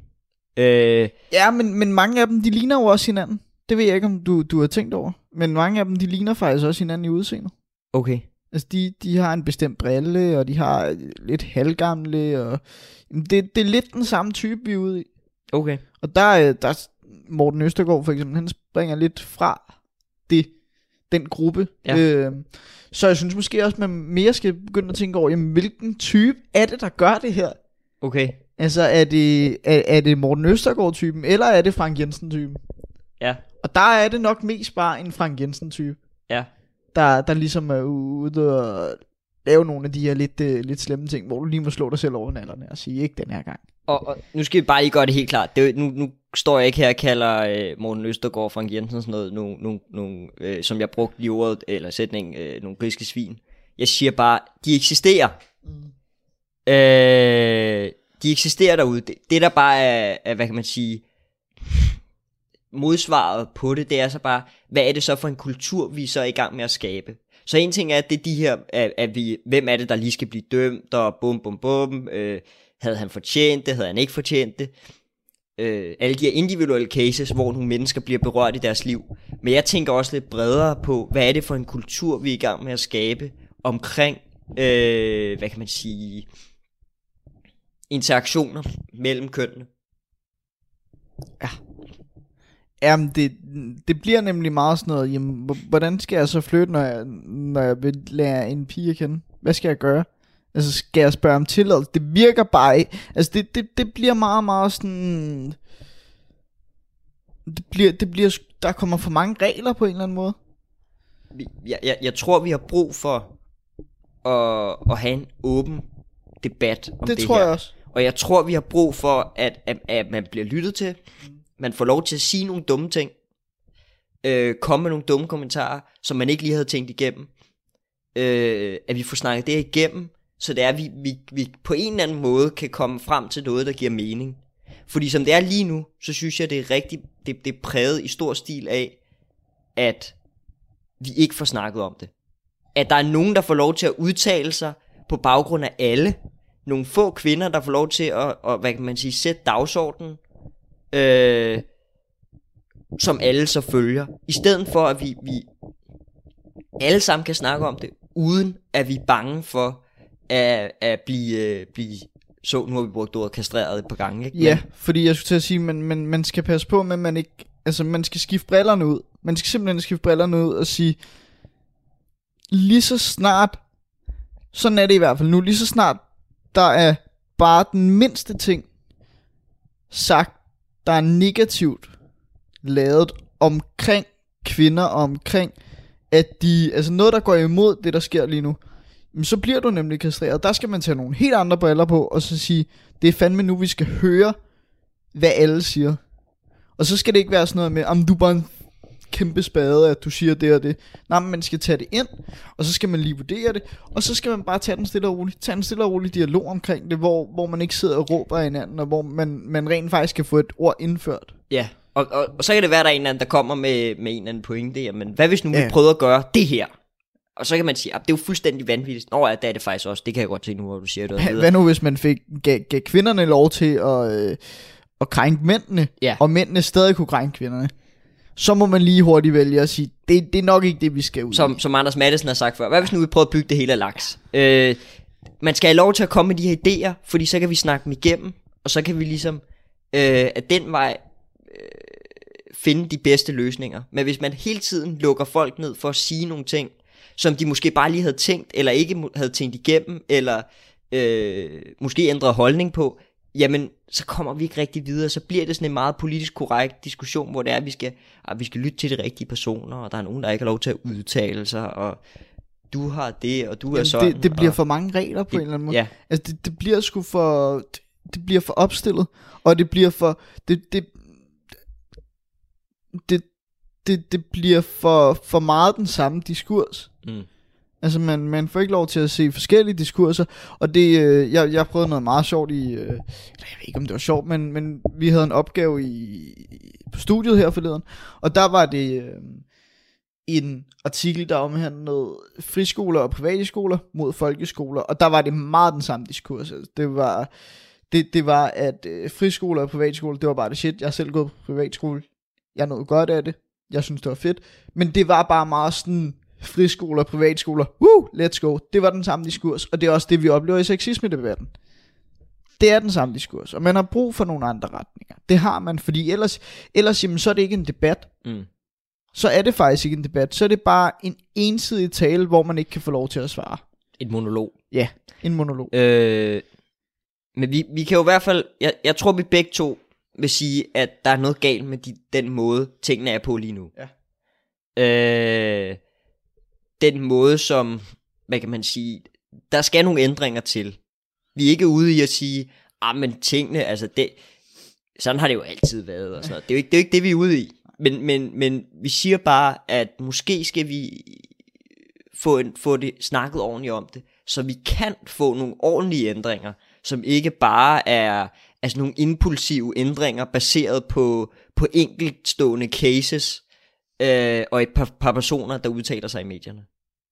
Ja, men mange af dem, de ligner jo også hinanden. Det ved jeg ikke, om du har tænkt over. Men mange af dem, de ligner faktisk også hinanden i udseendet. Okay. Altså, de har en bestemt brille, og de har lidt halvgamle, og det er lidt den samme type, vi er ude i. Okay. Og der Morten Østergaard for eksempel, han springer lidt fra den gruppe. Ja. Så jeg synes måske også, man mere skal begynde at tænke over, jamen, hvilken type er det, der gør det her? Okay. Altså, er det Morten Østergaard-typen, eller er det Frank Jensen-typen? Ja. Og der er det nok mest bare en Frank Jensen-type. Ja. Der ligesom er ude og lave nogle af de her lidt slemme ting, hvor du lige må slå dig selv over nallerne og sige, ikke den her gang. Og nu skal vi bare lige gøre det helt klart. Nu står jeg ikke her og kalder Morten Østergaard og Frank Jensen sådan noget, som jeg brugte i ordet, eller sætning, nogle griske svin. Jeg siger bare, de eksisterer. De eksisterer derude. Det der bare er, hvad kan man sige, modsvaret på det er så bare, hvad er det så for en kultur, vi så er i gang med at skabe? Så en ting er, at det er de her, hvem er det, der lige skal blive dømt, og bum, havde han fortjent det, havde han ikke fortjent det? Alle de her individuelle cases, hvor nogle mennesker bliver berørt i deres liv. Men jeg tænker også lidt bredere på, hvad er det for en kultur, vi er i gang med at skabe omkring, hvad kan man sige, interaktioner mellem kønnene. Ja. Jamen, det bliver nemlig meget sådan noget, jamen, hvordan skal jeg så flytte, når jeg vil lære en pige at kende? Hvad skal jeg gøre? Altså skal jeg spørge om tilladelse? Det virker bare ikke. Altså det bliver meget, meget sådan... Det bliver, der kommer for mange regler på en eller anden måde. Jeg tror, vi har brug for at have en åben debat om det tror her. Jeg også. Og jeg tror, vi har brug for, at man bliver lyttet til. Man får lov til at sige nogle dumme ting. Komme med nogle dumme kommentarer, som man ikke lige havde tænkt igennem. At vi får snakket det igennem, så det er, at vi på en eller anden måde kan komme frem til noget, der giver mening. Fordi som det er lige nu, så synes jeg, det er rigtigt, det er præget i stor stil af, at vi ikke får snakket om det. At der er nogen, der får lov til at udtale sig på baggrund af alle. Nogle få kvinder, der får lov til at hvad kan man sige, sætte dagsordenen, som alle så følger. I stedet for, at vi alle sammen kan snakke om det, uden at vi er bange for at blive så nu har vi brugt ordet kastreret et par gange, ikke? Ja, fordi jeg skulle til at sige, man skal passe på, men man ikke, altså man skal skifte brillerne ud. Man skal simpelthen skifte brillerne ud og sige, lige så snart, sådan er det i hvert fald nu, lige så snart der er bare den mindste ting sagt, der er negativt lavet omkring kvinder og omkring, at de, altså noget der går imod det der sker lige nu, så bliver du nemlig kastreret. Der skal man tage nogle helt andre briller på, og så sige, det er fandme nu, vi skal høre, hvad alle siger. Og så skal det ikke være sådan noget med, om du er bare en kæmpe spade, at du siger det og det. Nej, men man skal tage det ind, og så skal man lige vurdere det, og så skal man bare tage den stille og roligt. Tage en stille og rolig dialog omkring det, hvor man ikke sidder og råber af hinanden, og hvor man rent faktisk kan få et ord indført. Ja, og så kan det være, der er en eller anden, der kommer med en eller anden pointe, men hvad hvis nu vi prøvede at gøre det her? Og så kan man sige, at det er jo fuldstændig vanvittigt. Nå ja, det er det faktisk også. Det kan jeg godt se nu, hvor du siger det. Hvad nu, hvis man gav kvinderne lov til at krænke mændene, og mændene stadig kunne krænke kvinderne? Så må man lige hurtigt vælge at sige, det er nok ikke det, vi skal ud. Som Anders Mattesen har sagt før. Hvad hvis nu vi prøver at bygge det hele af laks? Man skal have lov til at komme med de her idéer, fordi så kan vi snakke dem igennem, og så kan vi ligesom af den vej finde de bedste løsninger. Men hvis man hele tiden lukker folk ned for at sige nogle ting, som de måske bare lige havde tænkt, eller ikke havde tænkt igennem, eller måske ændret holdning på, jamen, så kommer vi ikke rigtig videre. Så bliver det sådan en meget politisk korrekt diskussion, hvor det er, at vi skal lytte til de rigtige personer, og der er nogen, der ikke har lov til at udtale sig, og du har det, og du er sådan. Det bliver for mange regler på en eller anden måde. Ja. Altså, det bliver sgu for... Det bliver for opstillet, og det bliver for... Det bliver for meget den samme diskurs. Altså man får ikke lov til at se forskellige diskurser. Og det jeg prøvede noget meget sjovt i jeg ved ikke om det var sjovt, men vi havde en opgave på studiet her forleden. Og der var det en artikel der omhandlede friskoler og private skoler mod folkeskoler. Og der var det meget den samme diskurs. Altså, det var at friskoler og privatskoler, det var bare det shit. Jeg har selv gået på privatskole. Jeg nåede godt af det. Jeg synes det var fedt. Men det var bare meget sådan friskoler og privatskoler. Let's go. Det var den samme diskurs. Og det er også det vi oplever i sexisme-debatten. Det er den samme diskurs. Og man har brug for nogle andre retninger. Det har man. Fordi ellers jamen, så er det ikke en debat. Så er det faktisk ikke en debat. Så er det bare en ensidig tale, hvor man ikke kan få lov til at svare. Et monolog. Ja, en monolog. Men vi kan jo i hvert fald, jeg tror vi begge to vil sige, at der er noget galt med den måde, tingene er på lige nu. Ja. Den måde, som, hvad kan man sige, der skal nogle ændringer til. Vi er ikke ude i at sige, men tingene, altså det, sådan har det jo altid været. Og sådan noget. Det er jo ikke det, vi er ude i. Men vi siger bare, at måske skal vi få det snakket ordentligt om det, så vi kan få nogle ordentlige ændringer, som ikke bare er altså nogle impulsive ændringer baseret på enkeltstående cases og et par personer, der udtaler sig i medierne.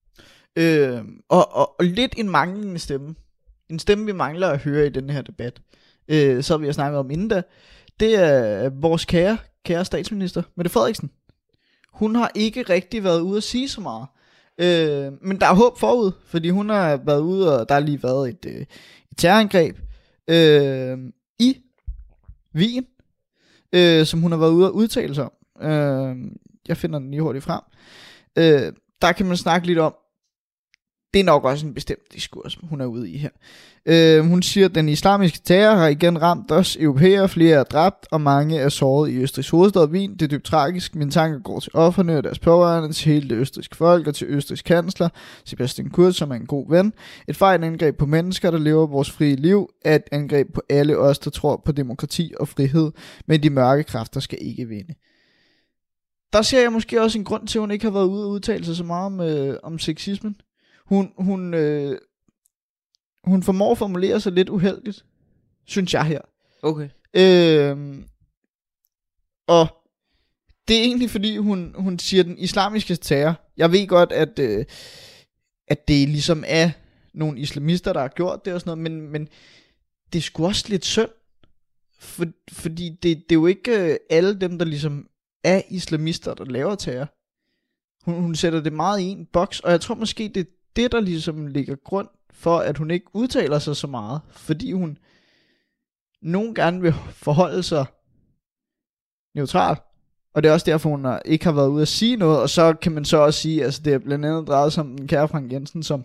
Og lidt en manglende stemme. En stemme, vi mangler at høre i den her debat. Så vi har snakket om inden da. Det er vores kære statsminister, Mette Frederiksen. Hun har ikke rigtig været ude at sige så meget. Men der er håb forud, fordi hun har været ude, og der har lige været et terrorangreb i Wien, som hun har været ude at udtale sig om. Jeg finder den lige hurtigt frem. Der kan man snakke lidt om, det er nok også en bestemt diskurs, hun er ude i her. Hun siger, at den islamiske terror har igen ramt os europæere, flere er dræbt, og mange er såret i Østrigs hovedstad Wien. Det er dybt tragisk. Mine tanker går til offerne og deres pårørende, til hele det østrigske folk og til Østrigs kansler, Sebastian Kurz, som er en god ven. Et fejl angreb på mennesker, der lever vores frie liv, er et angreb på alle os, der tror på demokrati og frihed, men de mørke kræfter skal ikke vinde. Der ser jeg måske også en grund til, at hun ikke har været ude og udtale sig så meget om sexismen. Hun formår at formulere sig lidt uheldigt, synes jeg her. Okay. Og det er egentlig fordi hun siger den islamiske terror. Jeg ved godt at det ligesom er nogle islamister, der har gjort det og sådan noget, men det er sgu også lidt synd, fordi det er jo ikke alle dem, der ligesom er islamister, der laver terror. Hun sætter det meget i en boks, og jeg tror måske det er det, der ligesom ligger grund for, at hun ikke udtaler sig så meget, fordi hun nogen gerne vil forholde sig neutral. Og det er også derfor, hun ikke har været ude at sige noget, og så kan man så også sige, altså det er blandt andet drejet som den kære Frank Jensen, som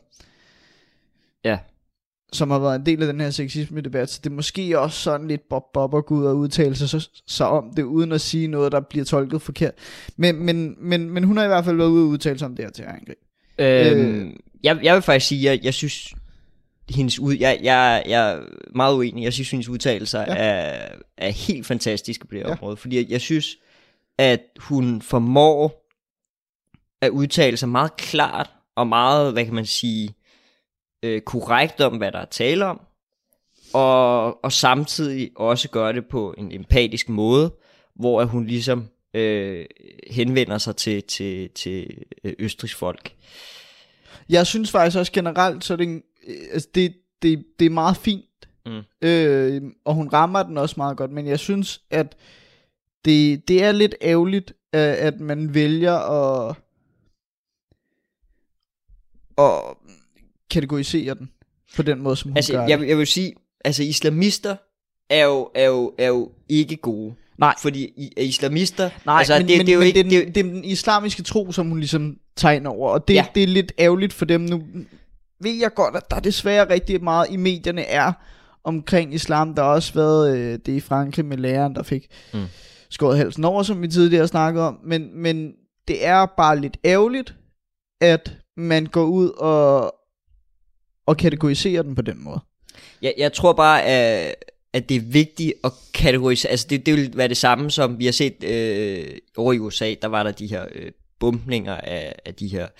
har været en del af den her sexisme-debat, så det er måske også sådan lidt bob og gå ud og udtale sig om det, uden at sige noget, der bliver tolket forkert. Men hun har i hvert fald været ude og udtale sig om det her terrorangreb. Jeg vil faktisk sige, at jeg synes, jeg er meget uenig. Jeg synes, hendes udtalelser er helt fantastiske på det område, fordi jeg synes, at hun formår at udtale sig meget klart, og meget, hvad kan man sige, korrekt om, hvad der er tale om, og samtidig også gøre det på en empatisk måde, hvor hun ligesom henvender sig til Østrigs folk. Jeg synes faktisk også generelt, så det er meget fint, og hun rammer den også meget godt, men jeg synes, at det er lidt ærgerligt, at man vælger at kategorisere den på den måde, som hun gør det. Jeg vil sige, altså islamister er jo ikke gode. Nej. Fordi islamister... Nej, altså, men det er jo ikke... Det er den islamiske tro, som hun ligesom tegner over, og det er lidt ærgerligt for dem. Nu ved jeg godt, at der desværre rigtig meget i medierne er omkring islam. Der har også været det i Frankrig med læreren, der fik skåret halsen over, som vi tidligere snakkede om. Men det er bare lidt ærgerligt, at man går ud og kategoriserer den på den måde. Jeg tror bare, at det er vigtigt at kategorisere. Altså det vil være det samme, som vi har set over i USA. Der var der de her bombninger af de her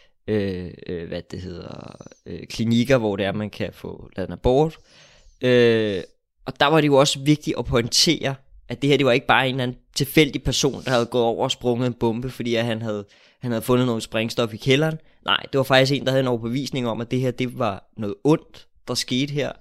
klinikker, hvor det er, man kan få lavet en abort. Og der var det jo også vigtigt at pointere, at det her, det var ikke bare en eller anden tilfældig person, der havde gået over og sprunget en bombe, fordi at han havde fundet noget sprængstof i kælderen. Nej, det var faktisk en, der havde en overbevisning om, at det her, det var noget ondt, der skete her.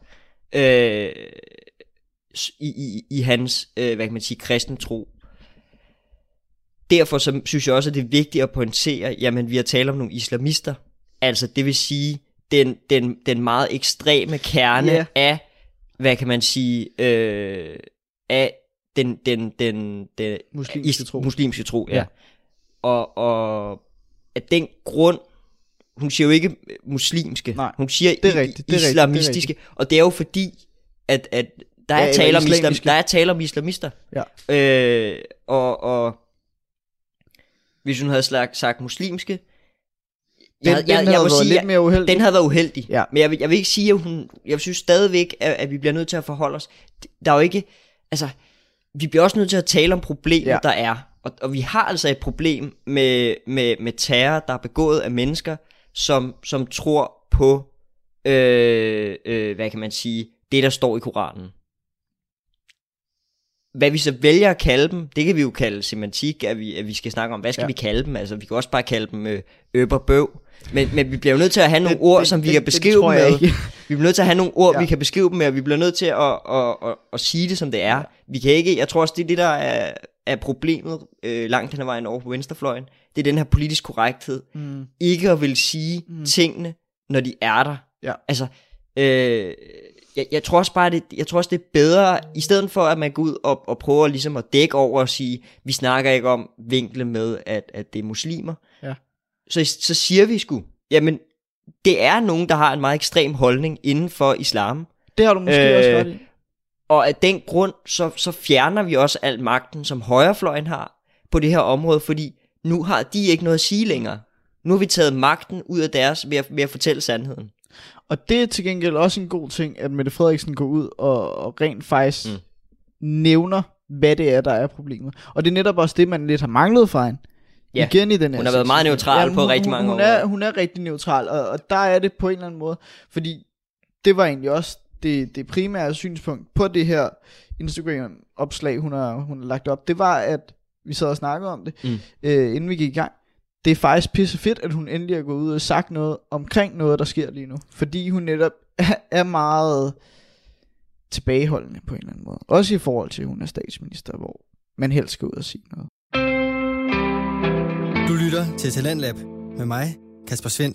I hans, hvad kan man sige, kristen tro. Derfor så synes jeg også, at det er vigtigt at pointere, jamen vi har talt om nogle islamister, altså det vil sige, den meget ekstreme kerne af, hvad kan man sige, af den muslimske tro, ja. Og at den grund, hun siger jo ikke muslimske, nej, hun siger islamistiske, og det er jo fordi, at der er tale om islamister. Ja. Og hvis hun havde sagt muslimske, den havde været lidt mere uheldig. Den havde været uheldig. Ja. Men jeg vil ikke sige, at jeg synes stadigvæk, at vi bliver nødt til at forholde os. Der er jo ikke, altså, vi bliver også nødt til at tale om problemet, der er. Og vi har altså et problem med terror, der er begået af mennesker, som tror på, hvad kan man sige, det der står i Koranen. Hvad vi så vælger at kalde dem, det kan vi jo kalde semantik, at vi skal snakke om, hvad skal vi kalde dem, altså vi kan også bare kalde dem bøv, men vi bliver jo nødt til at have nogle ord, som vi kan beskrive dem med. Vi bliver nødt til at have nogle ord, vi kan beskrive dem med, og vi bliver nødt til at sige det, som det er. Vi kan ikke, jeg tror også, det er det, der er problemet langt hen ad vejen over på venstrefløjen. Det er den her politisk korrekthed. Ikke at vil sige tingene, når de er der. Ja. Altså, jeg tror også bare, det er bedre, i stedet for at man går ud og prøver ligesom at dække over og sige, vi snakker ikke om vinkle med, at det er muslimer. Ja. Så siger vi sgu, jamen, det er nogen, der har en meget ekstrem holdning inden for islam. Det har du måske også ret i. Og af den grund, så fjerner vi også al magten, som højrefløjen har på det her område, fordi nu har de ikke noget at sige længere. Nu har vi taget magten ud af deres ved at fortælle sandheden. Og det er til gengæld også en god ting, at Mette Frederiksen går ud og rent faktisk nævner, hvad det er, der er problemet. Og det er netop også det, man lidt har manglet fra hende. Ja, igen i den her hun har været meget neutral på rigtig mange år. Hun er rigtig neutral, og der er det på en eller anden måde, fordi det var egentlig også det primære synspunkt på det her Instagram-opslag, hun har lagt op. Det var, at vi sad og snakkede om det, inden vi gik i gang. Det er faktisk pisse fedt, at hun endelig er gået ud og sagt noget omkring noget, der sker lige nu. Fordi hun netop er meget tilbageholdende på en eller anden måde. Også i forhold til, at hun er statsminister, hvor man helst skal ud og sige noget. Du lytter til Talentlab med mig, Kasper Svendt.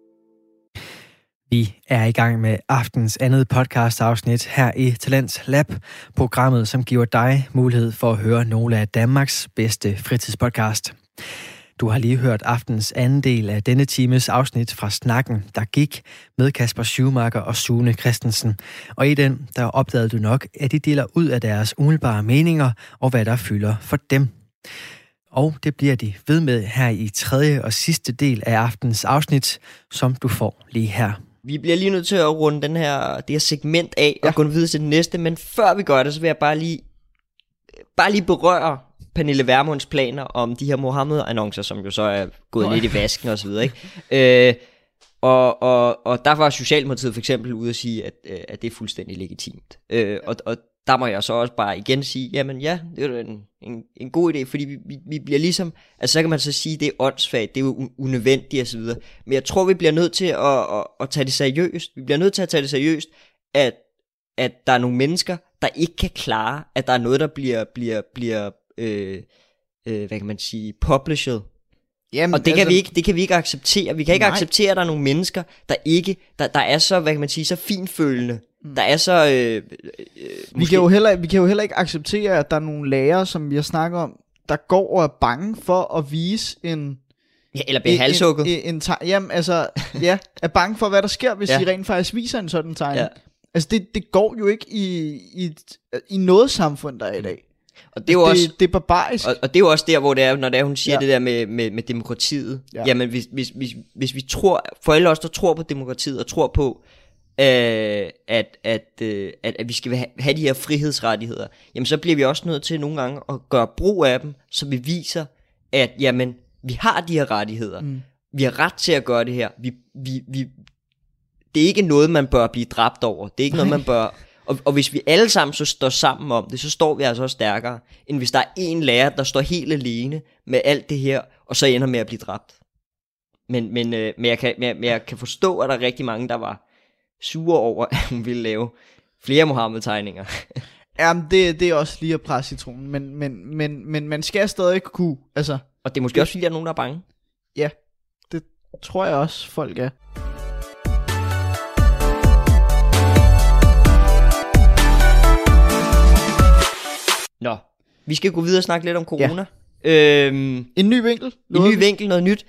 Vi er i gang med aftens andet podcast-afsnit her i Talents Lab, programmet, som giver dig mulighed for at høre nogle af Danmarks bedste fritidspodcast. Du har lige hørt aftens anden del af denne times afsnit fra Snakken, der gik med Kasper Schumacher og Sune Christensen. Og i den, der opdagede du nok, at de deler ud af deres umiddelbare meninger og hvad der fylder for dem. Og det bliver de ved med her i tredje og sidste del af aftens afsnit, som du får lige her. Vi bliver lige nødt til at runde det her segment af og gå videre til det næste, men før vi gør det, så vil jeg bare lige berøre Pernille Vermunds planer om de her Mohammed-annoncer, som jo så er gået lidt i vasken og så videre, ikke? Og der var Socialdemokratiet for eksempel ude at sige, at det er fuldstændig legitimt. Og der må jeg så også bare igen sige, jamen ja, det er jo en god idé, fordi vi bliver ligesom, altså så kan man så sige, det er åndssvagt, det er jo unødvendigt og så videre. Men jeg tror, vi bliver nødt til at tage det seriøst. Vi bliver nødt til at tage det seriøst, at der er nogle mennesker, der ikke kan klare, at der er noget, der bliver hvad kan man sige, published. Jamen, og det kan vi ikke acceptere. Vi kan ikke acceptere, at der er nogle mennesker, der er så, hvad kan man sige, så finfølende. Der er så vi kan jo heller ikke acceptere, at der er nogle lærere, som vi har snakket om, der går og er bange for at vise en eller blive halshugget. Jamen altså, ja, er bange for, hvad der sker, hvis de rent faktisk viser en sådan tegning. Ja. Altså det går jo ikke i noget samfund, der er i dag. Og det er jo også, det er barbarisk. Og det er jo også der, hvor det er, når det er, hun siger det der med demokratiet. Ja. Jamen hvis vi tror, for alle os der tror på demokratiet og tror på at vi skal have de her frihedsrettigheder, jamen så bliver vi også nødt til nogle gange at gøre brug af dem, så vi viser, at jamen vi har de her rettigheder. Vi har ret til at gøre det her. Det er ikke noget, man bør blive dræbt over. Det er ikke noget, man bør. Og hvis vi alle sammen så står sammen om det, så står vi altså også stærkere, end hvis der er en lærer, der står helt alene med alt det her, og så ender med at blive dræbt. Men jeg kan forstå, at der er rigtig mange, der var sure over, at hun ville lave flere Mohammed-tegninger. Jamen, det er også lige at presse citronen, men man skal stadig kunne, altså. Og det er måske også, fordi der er nogen, der er bange. Ja, det tror jeg også, folk er. Nå, vi skal gå videre og snakke lidt om corona. Ja. En ny vinkel. Noget nyt.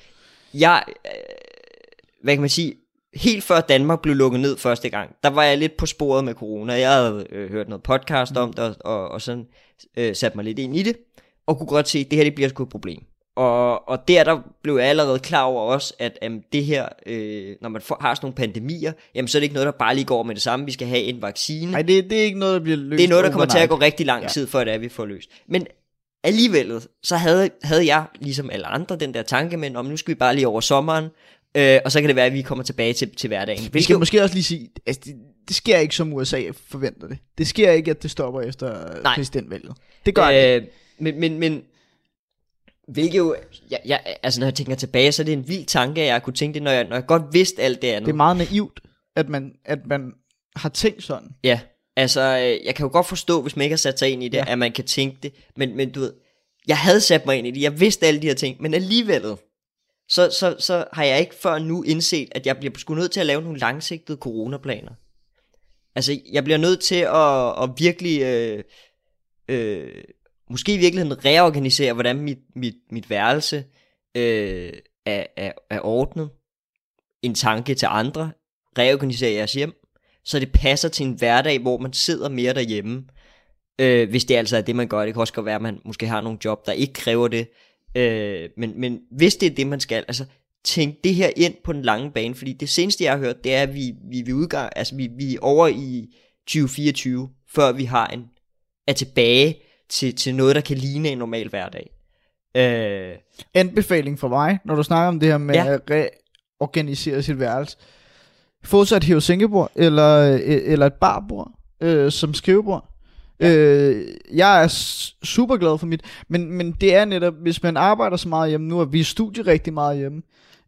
Hvad kan man sige? Helt før Danmark blev lukket ned første gang, der var jeg lidt på sporet med corona. Jeg havde hørt noget podcast om det, og sådan satte mig lidt ind i det, og kunne godt se, at det her det bliver sgu et problem. Og der blev jeg allerede klar over også, at det her, når man har sådan nogle pandemier, jamen så er det ikke noget, der bare lige går med det samme. Vi skal have en vaccine. Nej, det er ikke noget, der bliver løst. Det er noget, der kommer til at gå rigtig lang tid, før det er, vi får løst. Men alligevel, så havde jeg, ligesom alle andre, den der tanke med, om nu skal vi bare lige over sommeren, og så kan det være, at vi kommer tilbage til hverdagen. Vi skal måske også lige sige, altså det sker ikke, som USA forventer det. Det sker ikke, at det stopper efter præsidentvalget. Det gør det. Men hvilket jo, altså når jeg tænker tilbage, så er det en vild tanke, at jeg kunne tænke det, når jeg godt vidste alt det andet. Det er meget naivt, at man har tænkt sådan. Ja, altså jeg kan jo godt forstå, hvis man ikke har sat sig ind i det, at man kan tænke det. Men du ved, jeg havde sat mig ind i det, jeg vidste alle de her ting, men alligevel, så har jeg ikke før nu indset, at jeg bliver sgu nødt til at lave nogle langsigtede coronaplaner. Altså jeg bliver nødt til at virkelig måske i virkeligheden reorganisere, hvordan mit værelse er ordnet. en tanke til andre, reorganisere jeres hjem, så det passer til en hverdag, hvor man sidder mere derhjemme, hvis det altså er det, man gør. Det kan også godt være, at man måske har nogle job, der ikke kræver det, men hvis det er det, man skal, altså tænk det her ind på den lange bane, fordi det seneste, jeg har hørt, det er, at vi er over i 2024, før vi er tilbage til noget, der kan ligne en normal hverdag. Anbefaling for mig, når du snakker om det her med at reorganisere sit værelse. Fortsat hæve sængebord, eller et barbord, som skrivebord. Jeg er super glad for mit, men det er netop, hvis man arbejder så meget hjemme, nu er vi i studie rigtig meget hjemme,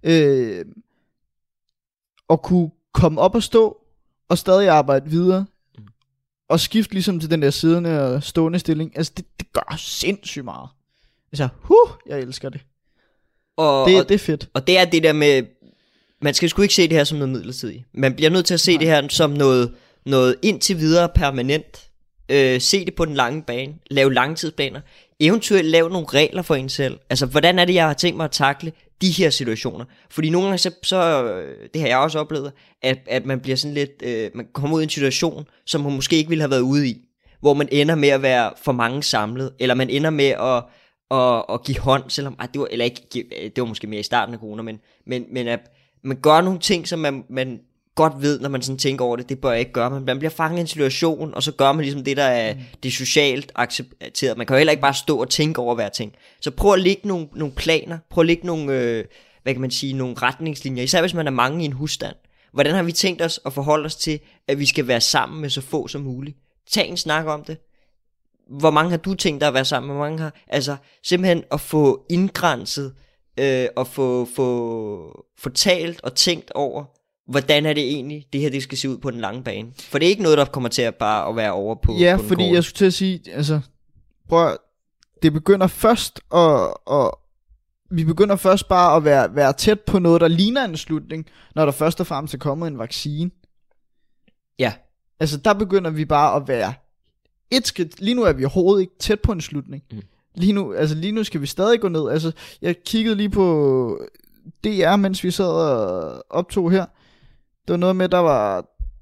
og kunne komme op og stå, og stadig arbejde videre, og skifte ligesom til den der siddende og stående stilling, altså det gør sindssygt meget. Altså, jeg elsker det. Det er fedt. Og det er det der med, man skal sgu ikke se det her som noget midlertidigt. Man bliver nødt til at se det her som noget indtil videre permanent. Se det på den lange bane. Lave langtidsplaner. Eventuelt lave nogle regler for en selv. Altså, hvordan er det, jeg har tænkt mig at takle de her situationer? Fordi nogle gange så det har jeg også oplevet, at man bliver sådan lidt, man kommer ud i en situation, som man måske ikke ville have været ude i. Hvor man ender med at være for mange samlet. Eller man ender med at give hånd, selvom det var måske mere i starten af corona, men at man gør nogle ting, som man godt ved, når man sådan tænker over det bør jeg ikke gøre, men man bliver fanget i en situation, og så gør man ligesom det, der er det socialt accepteret. Man kan jo heller ikke bare stå og tænke over hver ting. Så prøv at lægge nogle planer, prøv at lægge nogle, hvad kan man sige, nogle retningslinjer, især hvis man er mange i en husstand. Hvordan har vi tænkt os at forholde os til, at vi skal være sammen med så få som muligt? Tag en snak om det. Hvor mange har du tænkt dig at være sammen med? Hvor mange har, altså simpelthen at få indgrænset, og få talt og tænkt over, hvordan er det egentlig, det her det skal se ud på den lange bane. For det er ikke noget, der kommer til at bare være over på ja, på fordi jeg skulle til at sige, altså, prøv, det begynder først vi begynder først bare at være tæt på noget, der ligner en slutning, når der først og fremmest er kommet en vaccine. Ja. Altså, der begynder vi bare at være et skridt. Lige nu er vi overhovedet ikke tæt på en slutning. Lige nu skal vi stadig gå ned. Altså, jeg kiggede lige på DR, mens vi sad og optog her. Det var noget med, der var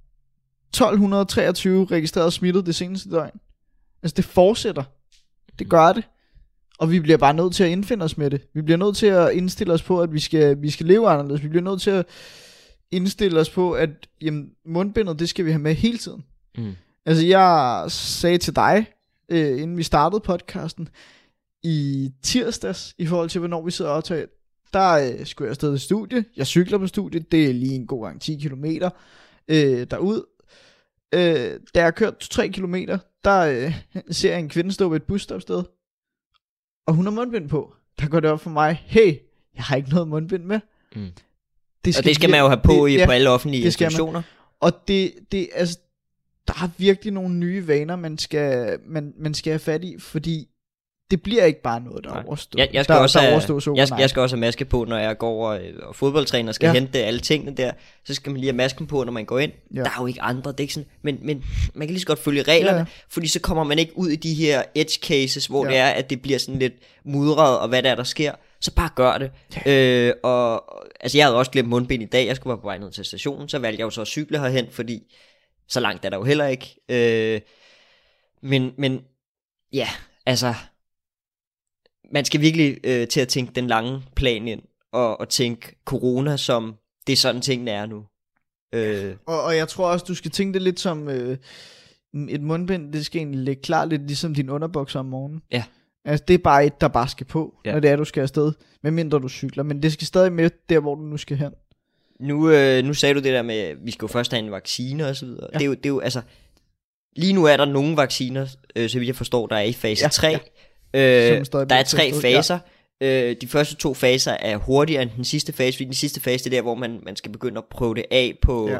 1223 registreret smittet det seneste døgn. Altså, det fortsætter. Det gør det. Og vi bliver bare nødt til at indfinde os med det. Vi bliver nødt til at indstille os på, at vi skal leve anderledes. Vi bliver nødt til at indstille os på, at jamen, mundbindet, det skal vi have med hele tiden. Altså, jeg sagde til dig, inden vi startede podcasten, i tirsdags, i forhold til, hvornår vi sidder og optager, der skulle jeg afsted i studie. Jeg cykler på studiet, det er lige en god gang 10 kilometer derud. Da jeg kørt 3 kilometer, der ser jeg en kvinde stå ved et busstopsted, og hun har mundbind på. Der går det op for mig, hey, jeg har ikke noget mundbind med. Det skal man jo have på på alle offentlige institutioner. Og det altså, der er virkelig nogle nye vaner, man skal have fat i, fordi det bliver ikke bare noget, der overstår. Jeg skal også have maske på, når jeg går og fodboldtræner og skal hente alle tingene der. Så skal man lige have masken på, når man går ind. Der er jo ikke andre, det er ikke sådan. Men man kan lige så godt følge reglerne, fordi så kommer man ikke ud i de her edge cases, hvor det er, at det bliver sådan lidt mudret, og hvad der sker. Så bare gør det. Og altså, jeg havde også glemt mundbind i dag. Jeg skulle være på vej ned til stationen, så valgte jeg jo så at cykle herhen, fordi så langt er der jo heller ikke. Men ja, altså, man skal virkelig til at tænke den lange plan ind, og tænke corona som, det er sådan tingene er nu. Og jeg tror også, du skal tænke det lidt som et mundbind, det skal egentlig ligge klar lidt ligesom din underbukser om morgenen. Ja. Altså, det er bare et, der bare skal på, når det er, du skal afsted, medmindre du cykler. Men det skal stadig med der, hvor du nu skal hen. Nu sagde du det der med, vi skal jo først have en vaccine og så videre. Det er jo altså, lige nu er der nogle vacciner, så vidt jeg forstår, der er i fase 3. Der er 3 faser. De første 2 faser er hurtigere end den sidste fase, fordi den sidste fase, det er der, hvor man skal begynde at prøve det af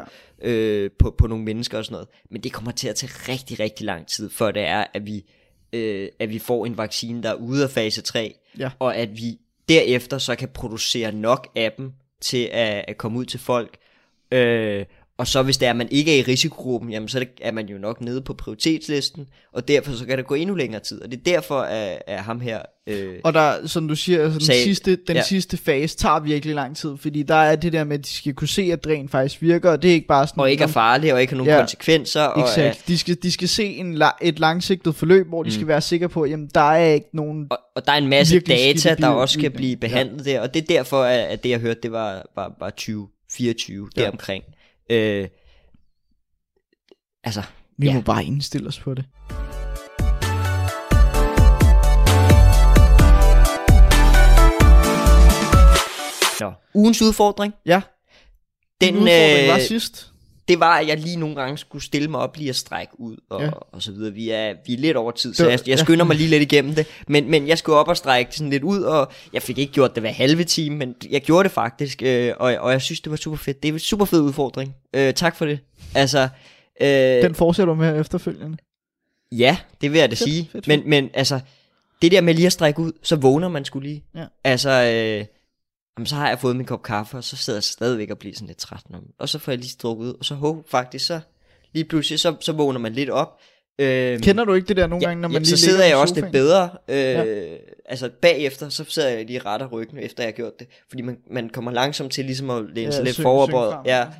på nogle mennesker og sådan noget. Men det kommer til at tage rigtig, rigtig lang tid, før det er, at vi får en vaccine, der er ude af fase 3, og at vi derefter så kan producere nok af dem til at komme ud til folk. Og så hvis det er, at man ikke er i risikogruppen, jamen så er man jo nok nede på prioritetslisten, og derfor så kan det gå endnu længere tid. Og det er derfor, at ham her... Og der, som du siger, altså den sidste fase tager virkelig lang tid, fordi der er det der med, at de skal kunne se, at dræn faktisk virker, og det er ikke bare sådan... Og ikke er farligt, og ikke har nogen konsekvenser. Exakt. De skal se et langsigtet forløb, hvor de skal være sikre på, jamen der er ikke nogen... Og der er en masse data, der også skal blive behandlet der, og det er derfor, at det jeg hørte, det var 2024 deromkring. Altså, vi må bare indstille os på det. Nå. Ugens udfordring. Ja. Den udfordring var sidst. Det var, at jeg lige nogle gange skulle stille mig op lige at strække ud og så videre. Vi er lidt over tid, så jeg skynder mig lige lidt igennem det. Men jeg skulle op og strække sådan lidt ud, og jeg fik ikke gjort det hver halve time, men jeg gjorde det faktisk, og jeg synes, det var super fedt. Det er en super fed udfordring. Tak for det. Altså, den fortsætter du med efterfølgende? Ja, det vil jeg da sige. Men altså, det der med lige at strække ud, så vågner man sgu lige. Ja. Altså... så har jeg fået min kop kaffe, og så sidder jeg stadigvæk og bliver sådan lidt træt. Og så får jeg lige drukket ud, og så faktisk, så lige pludselig, så vågner man lidt op. Kender du ikke det der nogle gange, når man lige så sidder jeg også lidt bedre. Altså bagefter, så sidder jeg lige ret af ryggen, efter jeg har gjort det. Fordi man kommer langsomt til ligesom at læne sig lidt foroverbøjet.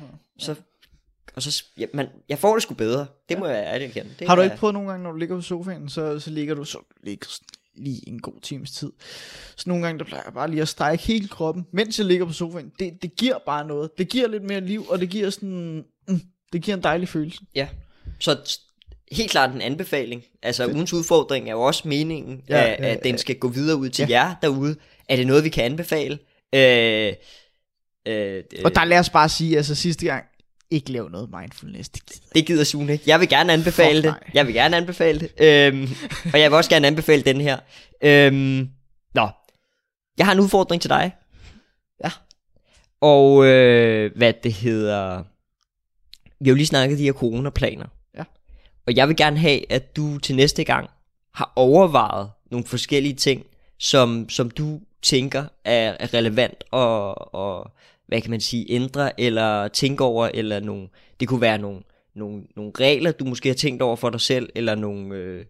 Jeg får det sgu bedre. Det må jeg ærligt igen. Har du ikke prøvet nogle gange, når du ligger på sofaen, så ligger du lige en god times tid. Så nogle gange, der plejer jeg bare lige at strække hele kroppen, mens jeg ligger på sofaen. Det giver bare noget. Det giver lidt mere liv, og det giver sådan... det giver en dejlig følelse. Ja, så helt klart en anbefaling. Altså ugens udfordring er jo også meningen, at den skal gå videre ud til jer derude. Er det noget, vi kan anbefale? Og der lad os bare sige, altså sidste gang, ikke lave noget mindfulness. Det gider Sune ikke. Jeg vil gerne anbefale det. Og jeg vil også gerne anbefale den her. Jeg har en udfordring til dig. Ja. Og hvad det hedder... Vi har jo lige snakket de her coronaplaner. Ja. Og jeg vil gerne have, at du til næste gang har overvejet nogle forskellige ting, som du tænker er relevant og hvad kan man sige, ændre eller tænke over, eller nogle, det kunne være nogle regler, du måske har tænkt over for dig selv, eller nogle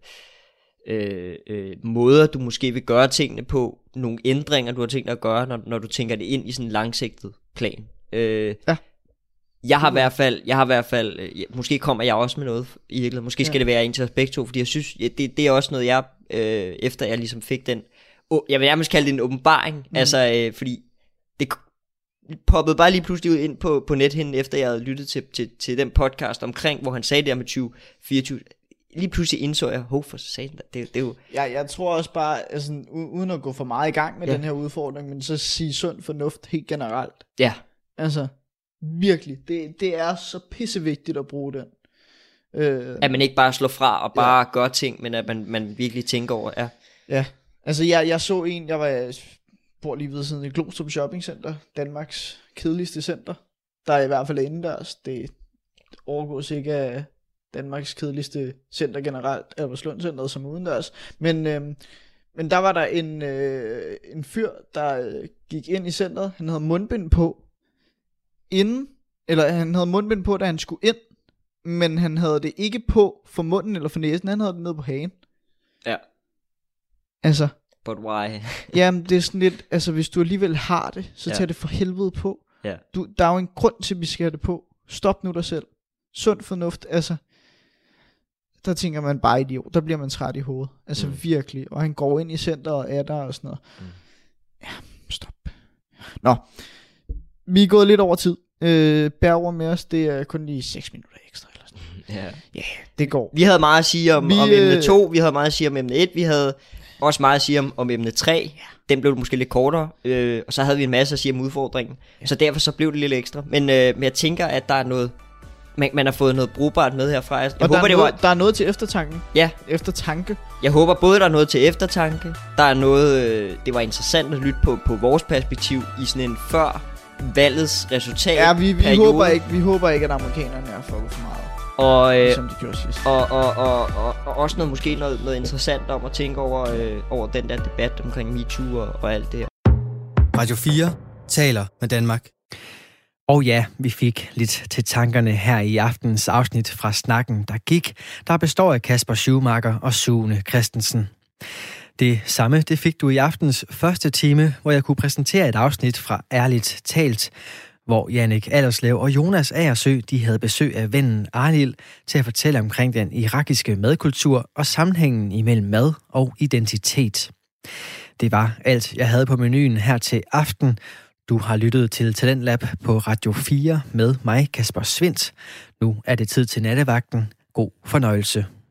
måder, du måske vil gøre tingene på, nogle ændringer, du har tænkt dig at gøre, når du tænker det ind i sådan en langsigtet plan. Jeg har i hvert fald, måske kommer jeg også med noget i virkeligheden, måske skal det være en til os begge to, fordi jeg synes, det er også noget, jeg, efter jeg ligesom fik den, jeg vil nærmest kalde det en åbenbaring, altså, fordi det poppede bare lige pludselig ind på nethinden, efter jeg havde lyttet til den podcast omkring, hvor han sagde det der med 2024. Lige pludselig indså jeg, for satan, det er jo... Ja, jeg tror også bare, altså, uden at gå for meget i gang med den her udfordring, men så sige sund fornuft helt generelt. Ja. Altså, virkelig, det er så pissevigtigt at bruge den. At man ikke bare slår fra og bare gør ting, men at man virkelig tænker over, Ja, altså jeg så en, jeg bor lige ved siden af Glostrup Shopping Center, Danmarks kedeligste center. Der er i hvert fald indendørs. Det overgås ikke af Danmarks kedeligste center generelt, Albertslund Centeret som udendørs. Men der var der en fyr, der gik ind i centeret. Han havde mundbind på han havde mundbind på, da han skulle ind, men han havde det ikke på for munden eller for næsen. Han havde det nede på hagen. Ja. Altså. But why? Jamen det er sådan lidt, altså hvis du alligevel har det, så tag det for helvede på. Ja. Der er jo en grund til, at vi skal have det på. Stop nu dig selv. Sund fornuft, altså. Der tænker man bare idiot. Der bliver man træt i hovedet. Altså virkelig. Og han går ind i centret og er der og sådan noget. Ja, stop. Nå. Vi er gået lidt over tid. Bær over med os. Det er kun lige 6 minutter ekstra eller sådan. Ja, det går. Vi havde meget at sige om emne 2. Vi havde meget at sige om emne 1. Vi havde også meget at sige om emne 3. Den blev måske lidt kortere. Og så havde vi en masse at sige om udfordringen. Så derfor så blev det lidt ekstra. Men jeg tænker, at der er noget... Man har fået noget brugbart med herfra. Jeg håber, der er noget til eftertanken. Ja. Eftertanke. Jeg håber både, der er noget til eftertanke. Der er noget... det var interessant at lytte på vores perspektiv i sådan en før valgets resultat. Ja, vi håber ikke, at amerikanerne er for meget. Som de gjorde sidst. Og også måske noget interessant om at tænke over den der debat omkring MeToo og alt det her. Radio 4 taler med Danmark. Og ja, vi fik lidt til tankerne her i aftens afsnit fra Snakken, der gik, der består af Kasper Schumacher og Sune Christensen. Det samme, det fik du i aftens første time, hvor jeg kunne præsentere et afsnit fra Ærligt Talt, hvor Jannik Allerslev og Jonas Agersø, de havde besøg af vennen Arlil til at fortælle omkring den irakiske madkultur og sammenhængen imellem mad og identitet. Det var alt, jeg havde på menuen her til aften. Du har lyttet til Talentlab på Radio 4 med mig, Kasper Svindt. Nu er det tid til nattevagten. God fornøjelse.